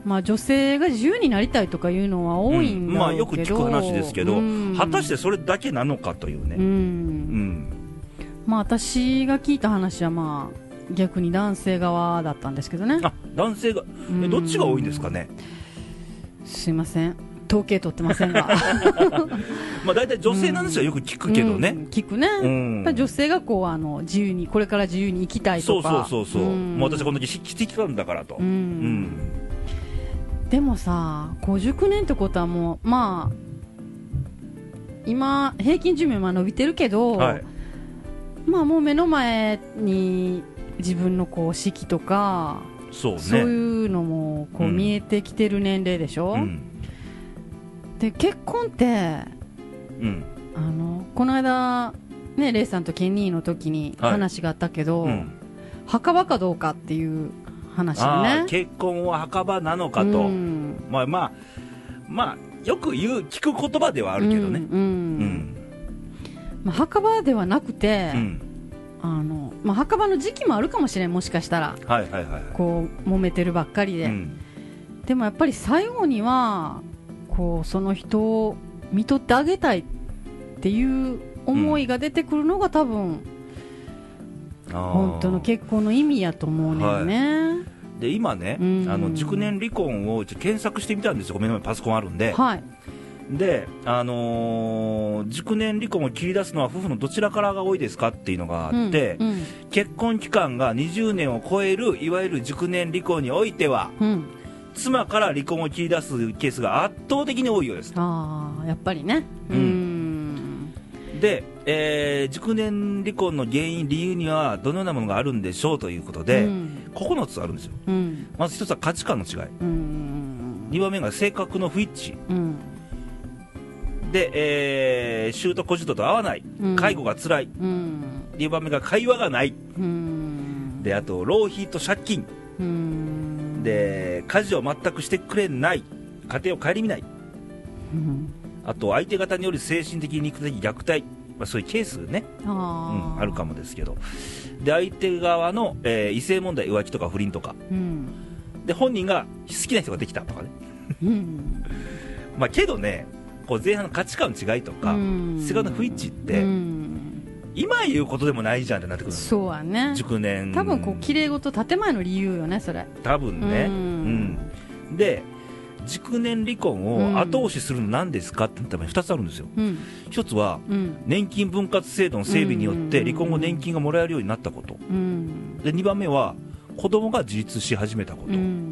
まあ、女性が自由になりたいとかいうのは多いんだろうけど、うん、まあ、 よく聞く話ですけど、うん、果たしてそれだけなのかというね、うんうん、 まあ、私が聞いた話は、まあ、逆に男性側だったんですけどね。 あ、男性が、え、どっちが多いんですかね。 すいません、統計取ってませんがまあ大体女性なんですよ、よく聞くけどね、うん、 聞くね、うん、女性がこうあの自由にこれから自由に生きたいとか、 そうそうそうそう、うん、もう私この時してきたんだからと、うんうん、 でもさごじゅうねんってことはもうまあ今平均寿命は伸びてるけど、はい、まあもう目の前に自分のこう四季とかそうね、そういうのもこう見えてきてる年齢でしょ、うん、で結婚って、うん、あのこの間、ね、レイさんとケニーの時に話があったけど、はい、うん、墓場かどうかっていう話でね、 結婚は墓場なのかと、うん、まあまあまあよく言う聞く言葉ではあるけどね、うんうんうん、 まあ、墓場ではなくて、うん、あのまあ、墓場の時期もあるかもしれん、もしかしたら、はいはいはい、こう揉めてるばっかりで、うん、でもやっぱり最後にはこうその人を見とってあげたいっていう思いが出てくるのが多分、うん、本当の結婚の意味やと思うねんね、はい、 で今ね、うん、あの熟年離婚を検索してみたんですよ、ごめんなさいパソコンあるんで、はい、で、あのー、熟年離婚を切り出すのは夫婦のどちらからが多いですかっていうのがあって、うんうん、結婚期間がにじゅうねんを超えるいわゆる熟年離婚においては、うん、妻から離婚を切り出すケースが圧倒的に多いようです。 あやっぱりね、うん、 うんで、えー、熟年離婚の原因理由にはどのようなものがあるんでしょうということで、うん、ここのつあるんですよ、うん、まずひとつは価値観の違い、うん、にばんめが性格の不一致、うんで、えー、姑小姑と合わない、うん、介護がつらい、うん、にばんめが会話がない、うん、であと浪費と借金、うん、で家事を全くしてくれない、家庭を顧みない、うん、あと相手方による精神的肉的虐待、まあ、そういうケースね あ,、うん、あるかもですけど、で相手側の、えー、異性問題、浮気とか不倫とか、うん、で本人が好きな人ができたとかね、うん、まあけどねこう前半の価値観の違いとか性格の不一致って、うん、今言うことでもないじゃんってなってくる。 そうはね、 熟年多分こう綺麗事建前の理由よねそれ多分ね、うん、うん、で熟年離婚を後押しするの何ですかって多分ふたつあるんですよ、うん、ひとつは、うん、年金分割制度の整備によって離婚後年金がもらえるようになったこと、うん、でにばんめは子供が自立し始めたこと、うん、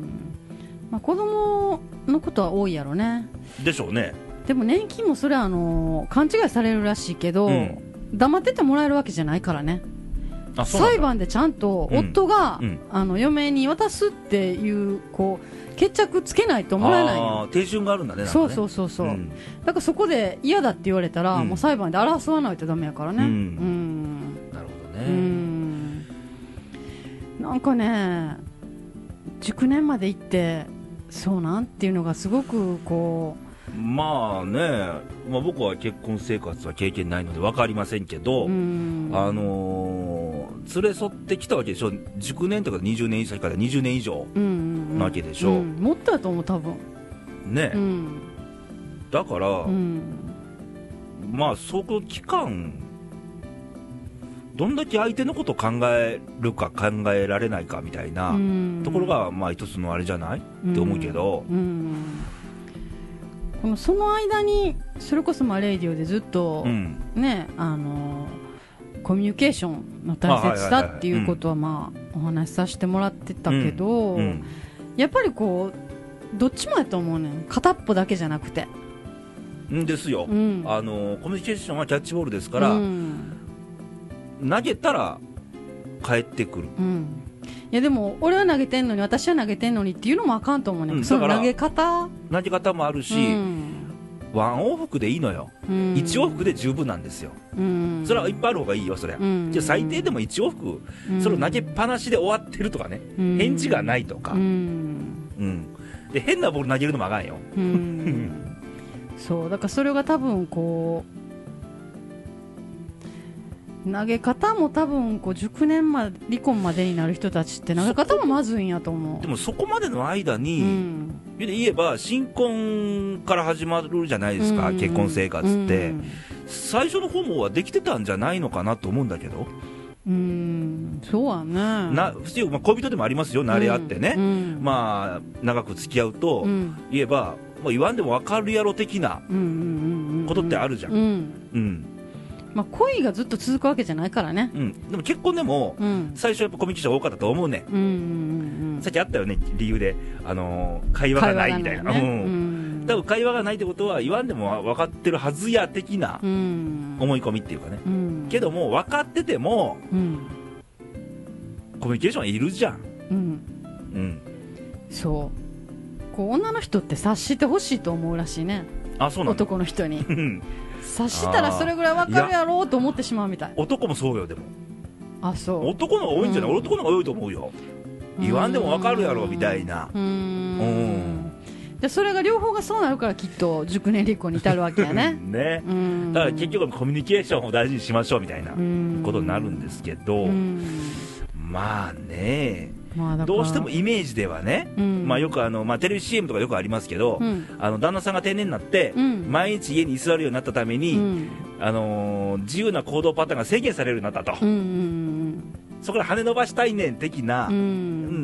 まあ、子供のことは多いやろねでしょうね。 でも年金もそれはあの勘違いされるらしいけど、うん、黙っててもらえるわけじゃないからね。あ、裁判でちゃんと夫が、うんうん、あの嫁に渡すっていうこう決着つけないともらえないよ。 あ、手順があるんだ ね, なんかね。 そうそうそうそう、うん、だからそこで嫌だって言われたら、もう裁判で争わないとダメやからね、うんうん、 なるほどね、うん、 なんかね熟年まで行ってそうなんていうのがすごくこうまあね、まあ、僕は結婚生活は経験ないので分かりませんけど、あのー、連れ添ってきたわけでしょ。熟年とかにじゅうねん以上からにじゅうねん以上なわけでしょ、うんうんうん、 もっとだと思う多分ね、うん、だから、うん、まあそこ期間どんだけ相手のことを考えるか考えられないかみたいなところがまあ一つのあれじゃないって思うけど、うんうん、 このその間にそれこそまあレイディオでずっと、うん、ね、あのコミュニケーションの大切さっていうことはまあお話しさせてもらってたけど、うんうん、やっぱりこうどっちもやと思うねん、片っぽだけじゃなくてんですよ、うん、あのコミュニケーションはキャッチボールですから、うん、投げたら返ってくる、うん、 いやでも俺は投げてんのに私は投げてんのにっていうのもあかんと思うね、うん、その投げ方投げ方もあるし、うん、ワン往復でいいのよ、うん、いち往復で十分なんですよ、うん、それはいっぱいある方がいいよそれ、うん、じゃあ最低でもいち往復、うん、それを投げっぱなしで終わってるとかね、うん、返事がないとか、うんうん、で変なボール投げるのもあかんよ、うん、そうだからそれが多分こ投げ方も多分こう熟年まで離婚までになる人たちって投げ方もまずいんやと思う。 でもそこまでの間に、うん、言えば新婚から始まるじゃないですか、うん、結婚生活って、うん、最初の方もはできてたんじゃないのかなと思うんだけど。 うーん、そうはね。 な普通、まあ、恋人でもありますよ、慣れ合ってね、うん、まあ長く付き合うと、うん、言えばもう言わんでも分かるやろ的なことってあるじゃん。うん、うん、 まあ、恋がずっと続くわけじゃないからね。 うん、でも結婚でも、うん、最初やっぱコミュニケーション多かったと思うね、うんうんうん、さっきあったよね、理由で、あのー、会話がないみたいな、ね、うんうん、多分会話がないってことは言わんでも分かってるはずや的な思い込みっていうかね、うん、けども分かってても、うん、コミュニケーションいるじゃん、うんうん、 そうこう女の人って察してほしいと思うらしいね。 あ、そうなの。 男の人に察したらそれぐらい分かるやろうと思ってしまうみたい。 男もそうよ。でもあ、そう男の方が多いんじゃない、うん、男の方が多いと思うよ。言わんでも分かるやろみたいな。うーん、うん、 でそれが両方がそうなるからきっと熟年離婚に至るわけやねね、うん、だから結局コミュニケーションを大事にしましょうみたいなことになるんですけど、まあね、まあ、どうしてもイメージではね、うん、まあ、よくあの、まあ、テレビ シーエム とかよくありますけど、うん、あの旦那さんが定年になって、うん、毎日家に居座るようになったために、うん、あのー、自由な行動パターンが制限されるようになったと、うんうんうん、そこで跳ね伸ばしたいねん的な、うんうん、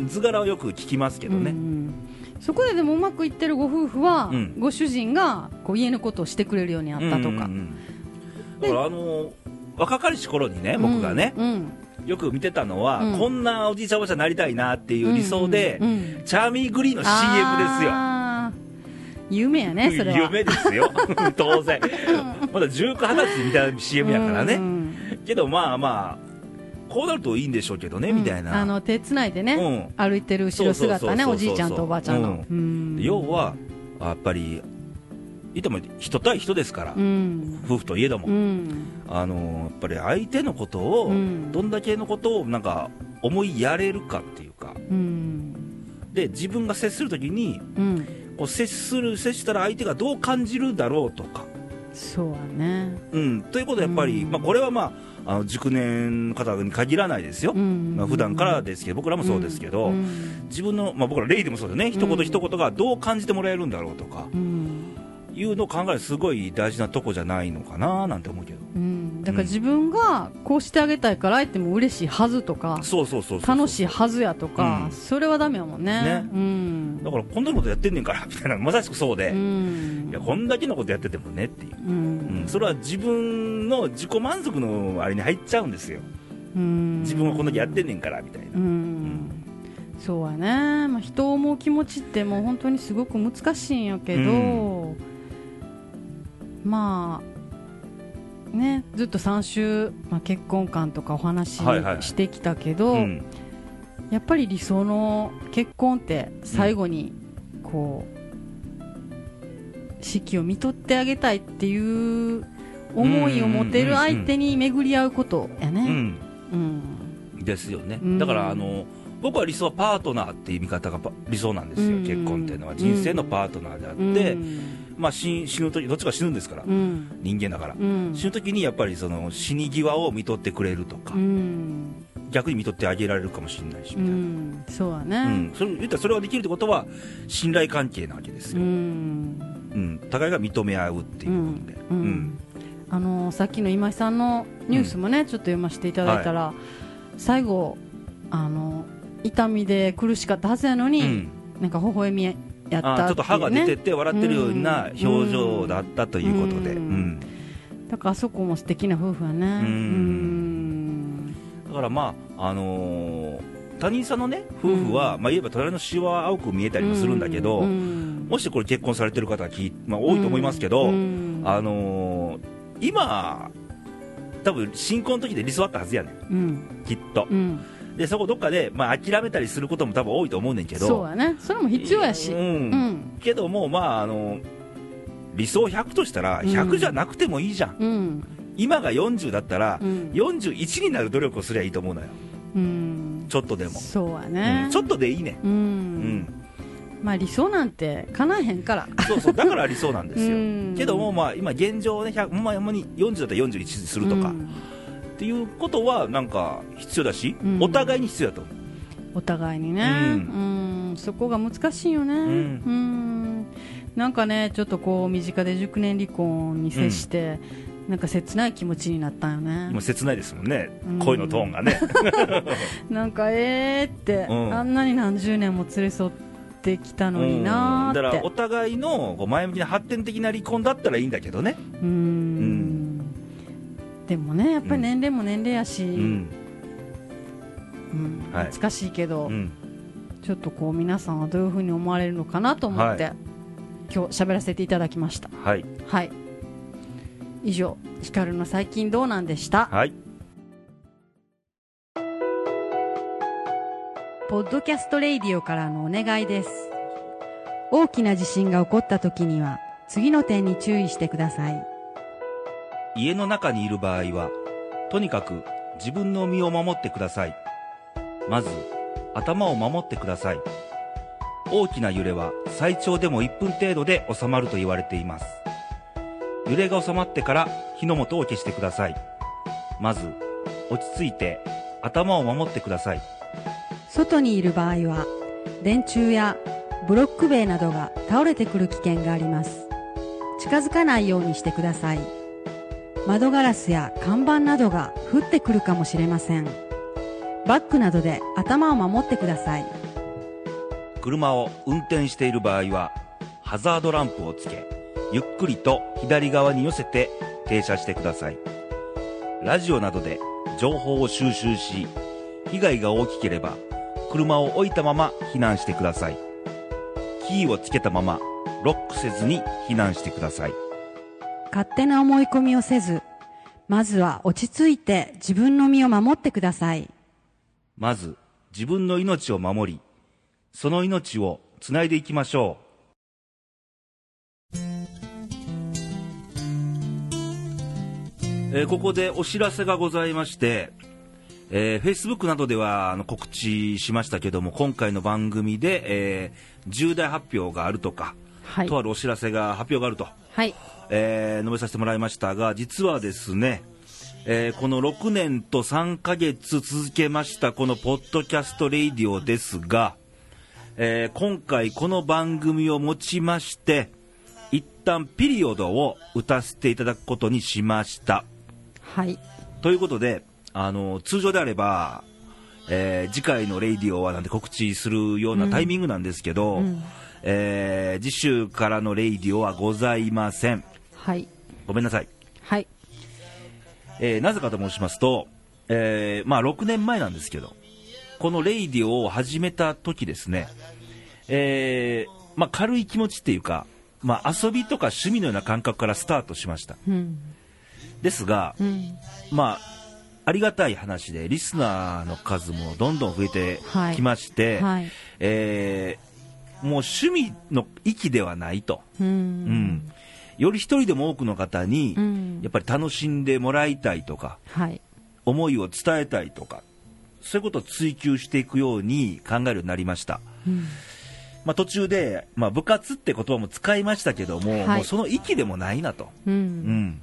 図柄をよく聞きますけどね、うんうん、 そこででもうまくいってるご夫婦は、うん、ご主人がこう家のことをしてくれるようになったとか、うんうんうん、 だからあのー、若かりし頃にね、僕がね、うんうん、よく見てたのは、うん、こんなおじいちゃんおばあちゃんになりたいなっていう理想で、うんうんうん、チャーミーグリーンの シーエム ですよ。 夢やね、それは。 夢ですよ当然まだじゅうきゅう、はたちみたいな シーエム やからね、うんうん、けどまあまあこうなるといいんでしょうけどね、うん、みたいな、 あの手つないでね、うん、歩いてる後ろ姿ね、おじいちゃんとおばあちゃんの、うん、 要はやっぱりいても人対人ですから、うん、夫婦といえども、うん、あのやっぱり相手のことを、うん、どんだけのことをなんか思いやれるかっていうか、うん、で自分が接するときに、うん、こう接する接したら相手がどう感じるだろうとか、 そうはね、 うん、ということはやっぱり、うん、まあ、これはまああの熟年の方に限らないですよ、うんまあ、普段からですけど、僕らもそうですけど、うん、自分の、まあ、僕らレイでもそうだよね、一言一言がどう感じてもらえるんだろうとか、うん、いうのを考えるすごい大事なとこじゃないのかななんて思うけど、 うん、だから自分がこうしてあげたいから相手も嬉しいはずとか、 そうそうそうそう楽しいはずやとか、うん、それはダメやもんね、ね、うん、 だからこんなことやってんねんからみたいな、まさしくそうで、うん、いやこんだけのことやっててもねっていう、うんうん、それは自分の自己満足のあれに入っちゃうんですよ、うん、自分はこんだけやってんねんからみたいな、うんうん、 そうはね、まあ、人を思う気持ちってもう本当にすごく難しいんやけど、うん、まあね、ずっとさん週、まあ、結婚観とかお話ししてきたけど、はいはい、うん、やっぱり理想の結婚って最後にこう、式を見とってあげたいっていう思いを持てる相手に巡り合うことやね、うんうん、ですよね、うん、だからあの僕は理想はパートナーっていう見方が理想なんですよ、うん、結婚っていうのは人生のパートナーであって、うん、まあ、死, 死ぬときどっちか死ぬんですから、うん、人間だから、うん、死ぬときにやっぱりその死に際を見とってくれるとか、うん、逆に見とってあげられるかもしれないしみたいな、うん、 そうだね、うん、 それ言ったらそれができるってことは信頼関係なわけですよ、うんうん、互いが認め合うっていう部分で、うんうん、 あのー、さっきの今井さんのニュースもね、うん、ちょっと読ませていただいたら、はい、最後あの痛みで苦しかったはずやのに、うん、なんか微笑みやったっていう、ね、 あちょっと歯が出てて笑ってるような表情だったということで、うんうん、 だからあそこも素敵な夫婦はね、うんうん、 だからまああのー、他人さんのね夫婦は、うん、まあ、言えば隣のシワは青く見えたりもするんだけど、うん、もしこれ結婚されてる方はき、まあ、多いと思いますけど、うん、あのー、今多分新婚の時で理想あったはずやねん、うん、きっと、うん、でそこどっかで、まあ、諦めたりすることも多分多いと思うねんけど、 そうやね、それも必要やし、うんうん、 けども、まあ、あの理想ひゃくとしたらひゃくじゃなくてもいいじゃん、うん、今がよんじゅうだったら、うん、よんじゅういちになる努力をすりゃいいと思うのよ、うん、ちょっとでもそうやね、 うん、ちょっとでいいね、うんうん、 まあ、理想なんて叶えへんからそうそう、だから理想なんですよけども、まあ、今現状ね、ほんまによんじゅうだったらよんじゅういちにするとか、うん、っっていうことはなんか必要だし、うん、お互いに必要だと思う。 お互いにね、うん、うん、そこが難しいよね、うん、うん、なんかねちょっとこう身近で熟年離婚に接して、うん、なんか切ない気持ちになったよね。 今切ないですもんね、うん、声のトーンがねなんかえーって、うん、あんなに何十年も連れ添ってきたのになーって、 うん、だからお互いのこう前向きな発展的な離婚だったらいいんだけどね。うん、うん、 でもねやっぱり年齢も年齢やし、うんうん、はい、難しいけど、うん、ちょっとこう皆さんはどういうふうに思われるのかなと思って、はい、今日喋らせていただきました。はい、はい、以上ヒカルの最近どうなんでした。はい、ポッドキャストレイディオからのお願いです。大きな地震が起こった時には次の点に注意してください。 家の中にいる場合はとにかく自分の身を守ってください。まず頭を守ってください。大きな揺れは最長でもいっぷん程度で収まると言われています。揺れが収まってから火の元を消してください。まず落ち着いて頭を守ってください。 外にいる場合は電柱やブロック塀などが倒れてくる危険があります。近づかないようにしてください。窓ガラスや看板などが降ってくるかもしれません。バッグなどで頭を守ってください。 車を運転している場合はハザードランプをつけ、ゆっくりと左側に寄せて停車してください。ラジオなどで情報を収集し、被害が大きければ車を置いたまま避難してください。キーをつけたままロックせずに避難してください。 勝手な思い込みをせず、まずは落ち着いて自分の身を守ってください。 まず自分の命を守り、その命をつないでいきましょう。えー、ここでお知らせがございまして、えー、Facebook などではあの告知しましたけども、今回の番組で、えー、重大発表があるとか、はい、とあるお知らせが発表があると、はい、えー、述べさせてもらいましたが、実はですね、えー、このろくねんとさんかげつ続けましたこのポッドキャストレイディオですが、えー、今回この番組をもちまして一旦ピリオドを打たせていただくことにしました。はい。ということで、あの通常であれば、えー、次回のレイディオはなんて告知するようなタイミングなんですけど、うんうん、えー、次週からのレイディオはございません。はい。ごめんなさい。はい。えー、なぜかと申しますと、えー、まあろくねんまえなんですけど、このレイディオを始めた時ですね、えーまあ、軽い気持ちっていうか、まあ、遊びとか趣味のような感覚からスタートしました、うん、ですが、うん、まあありがたい話でリスナーの数もどんどん増えてきまして、はいはい、えー、もう趣味の域ではないと、うん、うん、より一人でも多くの方にやっぱり楽しんでもらいたいとか、はい、思いを伝えたいとか、そういうことを追求していくように考えるようになりました、うん、まあ、途中で、まあ、部活って言葉も使いましたけども、はい、もうその域でもないなと、うんうん、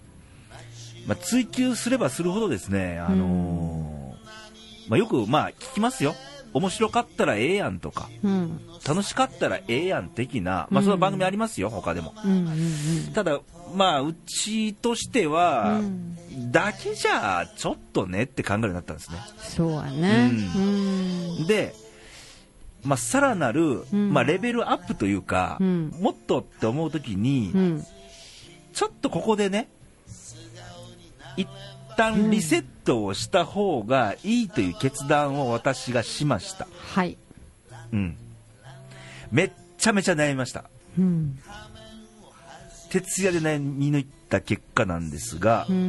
まあ、追求すればするほどですね、あのーまあ、よくまあ聞きますよ、面白かったらええやんとか、うん、楽しかったらええやん的な、まあ、その番組ありますよ、他でも、うんうんうん、ただまあうちとしては、うん、だけじゃちょっとねって考えるようになったんですね。 そうやね、うんうん、で、まあ、さらなる、うんまあ、レベルアップというか、うん、もっとって思うときに、うん、ちょっとここでね一旦リセットをした方がいいという決断を私がしました、はい、うん、めっちゃめちゃ悩みました、うん、徹夜で悩み抜いた結果なんですが、うん、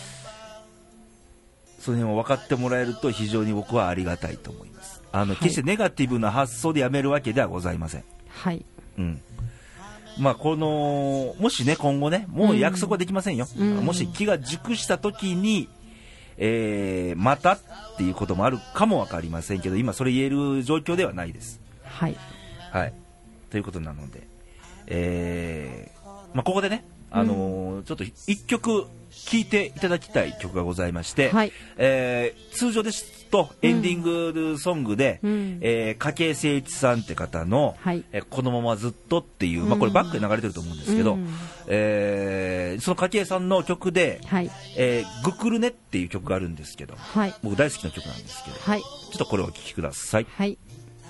その辺を分かってもらえると非常に僕はありがたいと思います。あの、はい、決してネガティブな発想でやめるわけではございません。はい、うん、まあ、このもしね今後ねもう約束はできませんよ、うん、もし気が熟した時に、えー、またっていうこともあるかも分かりませんけど、今それ言える状況ではないです。はい、はい、ということなので、えーまあ、ここでねあのーうん、ちょっと一曲聴いていただきたい曲がございまして、はい、えー、通常ですとエンディングソングで、うん、えー、筧誠一さんって方の、はい、えー、このままずっとっていう、まあ、これバックで流れてると思うんですけど、うん、えー、その筧さんの曲で、はい、えー、グクルネっていう曲があるんですけど、はい、僕大好きな曲なんですけど、はい、ちょっとこれをお聴きください。はい、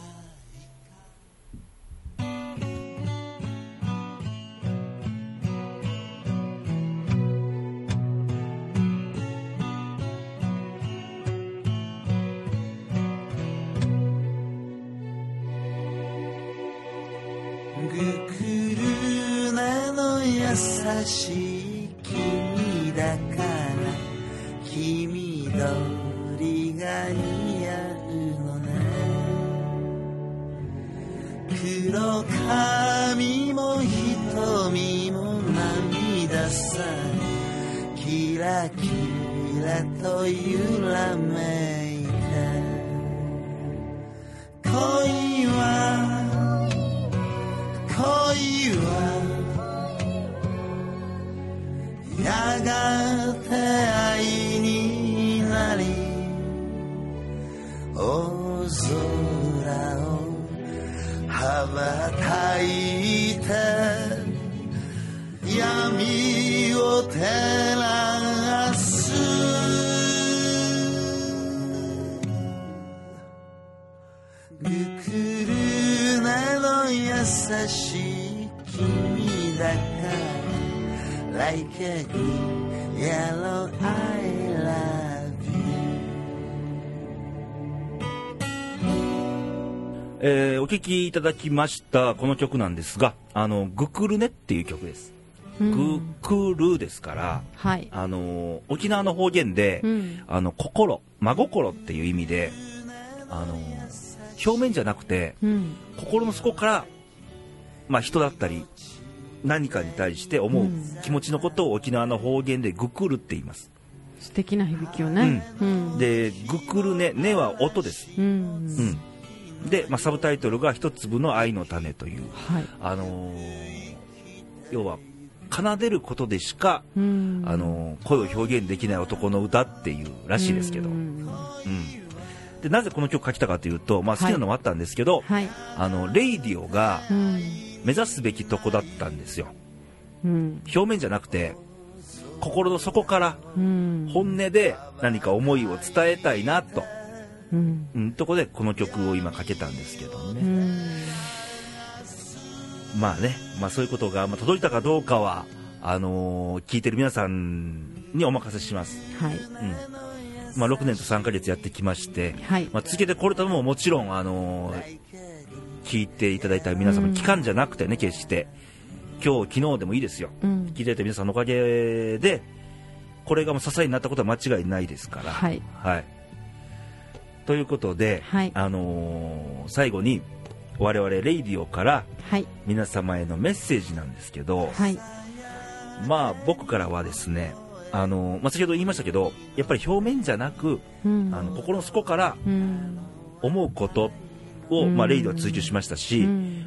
優しい君だから黄緑が似合うのね黒髪も瞳も涙さキラキラと揺らめいた恋は恋はやがて愛になり大空を羽ばたいて闇を照らすグクルネの優しい君だからLike a green yellow I love you えー、お聴きいただきましたこの曲なんですが、あのグクルネっていう曲です、うん、グクルですから、はい、あの沖縄の方言で、うん、あの心真心っていう意味で、あの表面じゃなくて、うん、心の底から、まあ、人だったり何かに対して思う気持ちのことを沖縄の方言でグクルって言います。 素敵な響きをね、 うんうん、でグクルネ、ネは音です、うんうん、で、まあ、サブタイトルが一粒の愛の種という、はい、あのー、要は奏でることでしか、あのー、声を表現できない男の歌っていうらしいですけど、うん、でなぜこの曲書きたかというと、まあ、好きなのもあったんですけど、はい、あのレイディオが目指すべきとこだったんですよ、うん、表面じゃなくて心の底から本音で何か思いを伝えたいなと、うんうん、とこでこの曲を今かけたんですけどね、うん、まあね、まあ、そういうことが、まあ、届いたかどうかはあのー、聞いてる皆さんにお任せします、はい、うん、まあ、ろくねんとさんかげつやってきまして、はい、まあ、続けてこれたのももちろん、あのー、聞いていただいた皆様、期間じゃなくてね、決して今日昨日でもいいですよ、うん、聞いていただいた皆さんのおかげでこれがもう支えになったことは間違いないですから、はい、はい、ということで、はい、あのー、最後に我々レイディオから皆様へのメッセージなんですけど、はい、まあ僕からはですね、あのーまあ、先ほど言いましたけど、やっぱり表面じゃなく、うん、あの心の底から思うことを、うん、まあ、レイディオは追求しましたし、うん、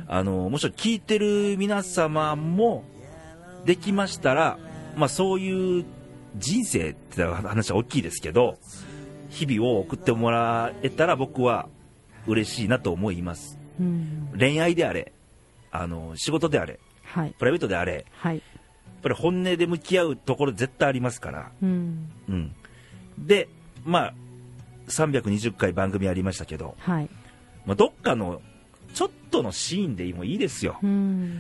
あのー、もちろん聞いてる皆様もできましたら、まあ、そういう人生って話は大きいですけど、日々を送ってもらえたら僕は嬉しいなと思います、うん、恋愛であれ、あの仕事であれ、はい、プライベートであれ、はい、やっぱり本音で向き合うところ絶対ありますから、うんうん、で、まあ、さんびゃくにじゅっかい番組ありましたけど、はい、まあ、どっかのちょっとのシーンでもいいですよ、うん、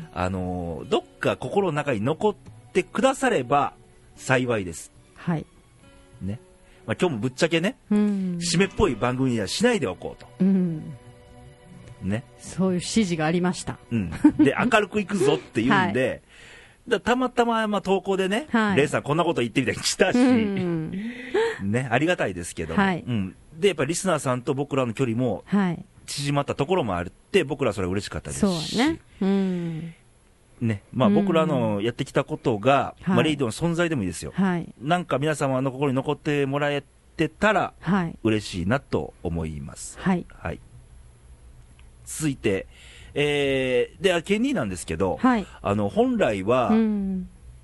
あのどっか心の中に残ってくだされば幸いです、はいね、まあ、今日もぶっちゃけね、うん、締めっぽい番組にはしないでおこうと、うんね、 そういう指示がありました、 うん、で明るくいくぞっていうんで、はい、だたまたま、まあ、投稿でね、はい、レイさんこんなこと言ってみたりしたし、うんね、ありがたいですけど、はい、うん、でやっぱりリスナーさんと僕らの距離も縮まったところもあって、僕らはそれは嬉しかったですし、そうね、うんね、まあ、僕らのやってきたことが、うん、まあ、レイディオの存在でもいいですよ、はい、なんか皆様の心に残ってもらえてたら嬉しいなと思います、はいはい、続いて、えー、でケンニーなんですけど、はい、あの本来は、うん、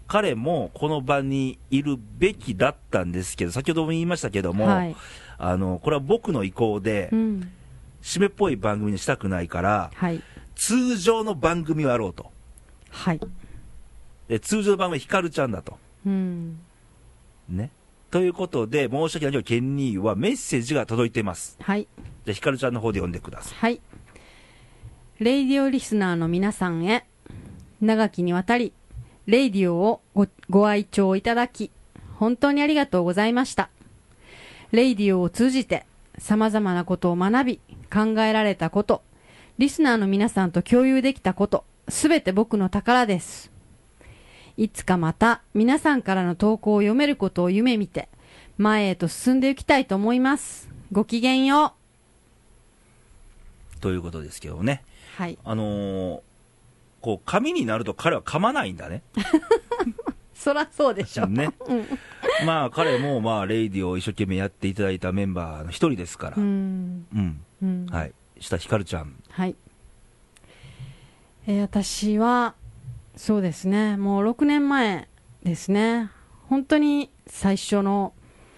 彼もこの場にいるべきだったんですけど、先ほども言いましたけども、はい、あのこれは僕の意向で、うん、締めっぽい番組にしたくないから、はい、通常の番組をやろうと、はい、で通常の番組はひかるちゃんだと、うんね、ということで申し訳ないけどケンニーはメッセージが届いています。はい、じゃあひかるちゃんの方で読んでください。 はい、レイディオリスナーの皆さんへ、長きにわたりレイディオを ご, ご愛聴いただき本当にありがとうございました。レイディオを通じて様々なことを学び、考えられたこと、リスナーの皆さんと共有できたこと、すべて僕の宝です。いつかまた皆さんからの投稿を読めることを夢見て前へと進んでいきたいと思います。ごきげんよう。ということですけどね、 はい、 あのーこう紙になると彼は噛まないんだね。 そらそうでしょ。 ね。まあ彼もまあレイディオを一生懸命やっていただいたメンバーの一人ですから。うん。うん。うん、はい。下ひかるちゃん。 はい。えー、私はそうですね。もうろくねんまえですね。本当に最初の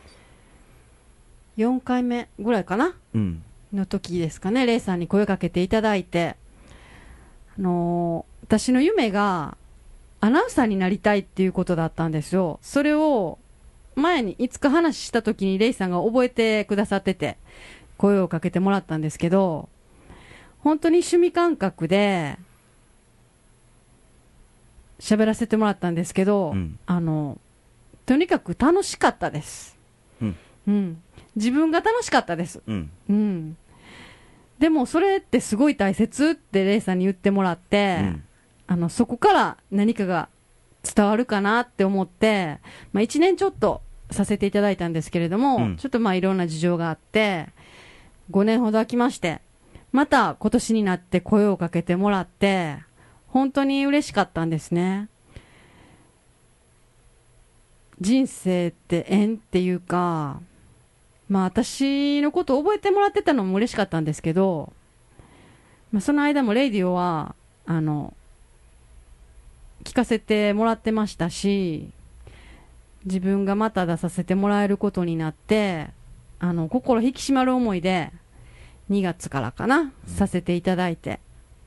よんかいめぐらいかな。うん。の時ですかね。レイさんに声かけていただいて。あのー、私の夢がアナウンサーになりたいっていうことだったんですよ。それを前にいつか話した時にレイさんが覚えてくださってて声をかけてもらったんですけど、本当に趣味感覚で喋らせてもらったんですけど、うん、あのとにかく楽しかったです、うんうん、自分が楽しかったです、うんうん、でもそれってすごい大切ってレイさんに言ってもらって、うん、あのそこから何かが伝わるかなって思って、まあ、いちねんちょっとさせていただいたんですけれども、うん、ちょっとまあいろんな事情があってごねんほど空きまして、また今年になって声をかけてもらって本当に嬉しかったんですね。人生って縁っていうか、まあ私のことを覚えてもらってたのも嬉しかったんですけど、まあ、その間もレイディオはあの聞かせてもらってましたし、自分がまた出させてもらえることになって、あの心引き締まる思いでにがつからかな、うん、させていただいて、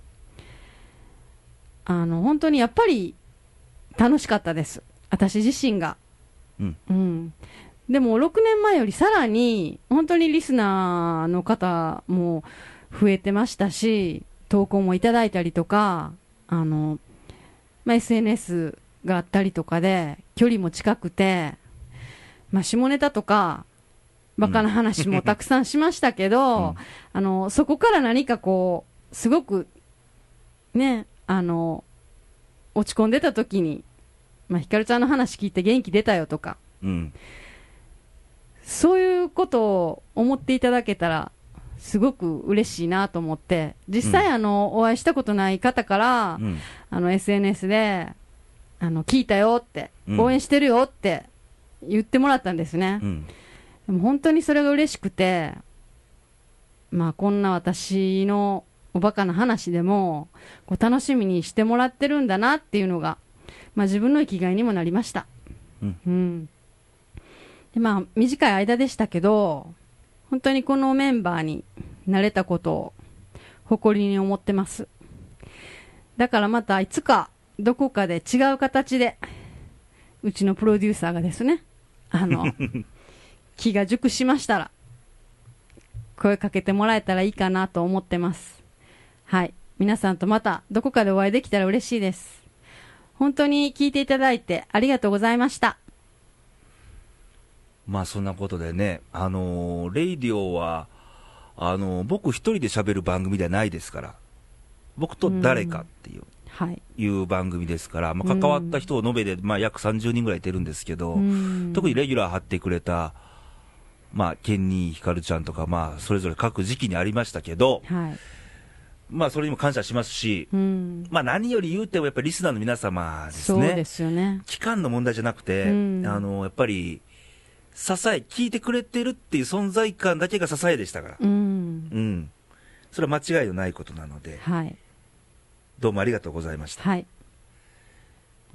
あの本当にやっぱり楽しかったです、私自身が、うんうん、でもろくねんまえよりさらに本当にリスナーの方も増えてましたし、投稿もいただいたりとか、あの、まあ、エスエヌエス があったりとかで距離も近くて、まあ、下ネタとかバカな話もたくさんしましたけど、うん、あのそこから何かこうすごくね、あの落ち込んでた時に、まあ、ひかるちゃんの話聞いて元気出たよとか、うん、そういうことを思っていただけたらすごく嬉しいなと思って、実際、うん、あのお会いしたことない方から、うん、あの エスエヌエス であの聞いたよって、うん、応援してるよって言ってもらったんですね、うん、でも本当にそれが嬉しくて、まあ、こんな私のおバカな話でもこう楽しみにしてもらってるんだなっていうのが、まあ、自分の生きがいにもなりました、うんうん、でまあ、短い間でしたけど本当にこのメンバーになれたことを誇りに思ってます。だからまたいつかどこかで違う形でうちのプロデューサーがですね、あの気が熟しましたら声かけてもらえたらいいかなと思ってます。はい、皆さんとまたどこかでお会いできたら嬉しいです。本当に聞いていただいてありがとうございました。 まあそんなことでね、あのー、レイディオはあのー、僕一人で喋る番組ではないですから、僕と誰かっていう、はい、いう番組ですから、まあ、関わった人を延べで、まあ、約さんじゅうにんぐらいいてるんですけど、特にレギュラー張ってくれた、まあ、ケンニーひかるちゃんとか、まあ、それぞれ各時期にありましたけど、はい、まあ、それにも感謝しますし、まあ、何より言うてもやっぱりリスナーの皆様ですね。 そうですよね。 期間の問題じゃなくて、あのやっぱり支え、聞いてくれてるっていう存在感だけが支えでしたから、うん、うん、それは間違いのないことなので、はい、どうもありがとうございました。はい、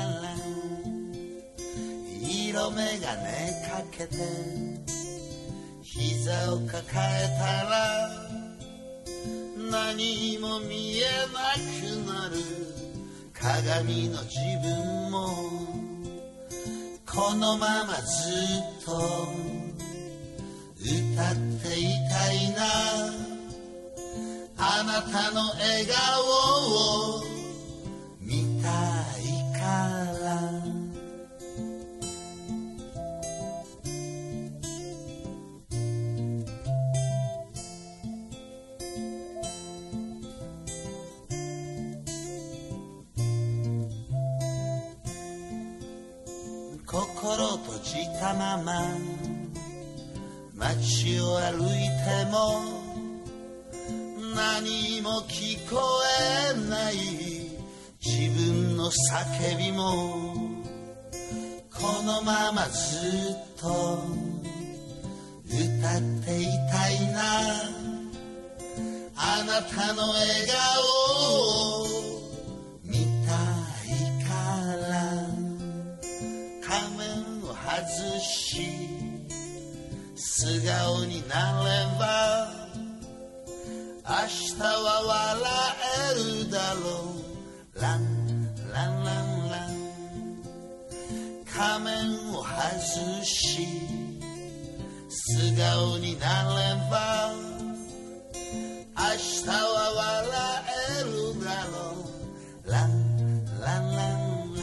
ラ色眼鏡かけて膝を抱えたら何も見えなくなる鏡の自分もこのままずっと歌っていたいなあなたの笑顔を見たいから心閉じたまま街を歩いても何も聞こえない自分の叫びもこのままずっと歌っていたいなあなたの笑顔を見たいから仮面を外し素顔になれば明日は笑えるだろうランランランラン仮面を外し素顔になれば明日は笑えるだろうランランランラン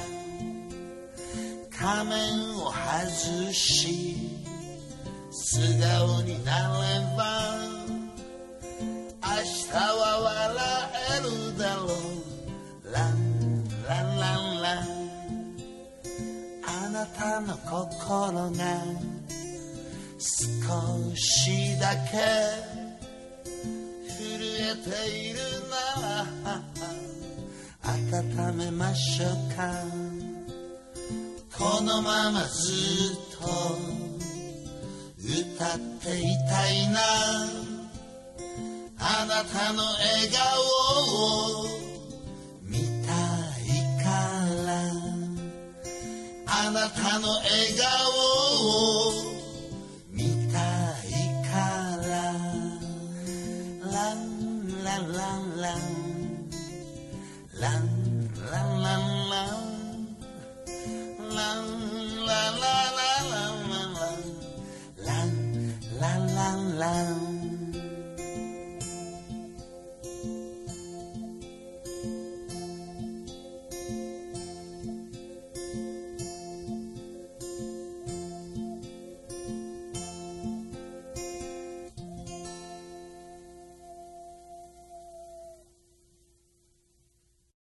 仮面を外し素顔になれば明日は笑えるだろうランランランランあなたの心が少しだけ震えているなら温めましょうかこのままずっと歌っていたいなあなたの笑顔を見たいからあなたの笑顔を見たいからランランランランランランランランランランランランランランランランラン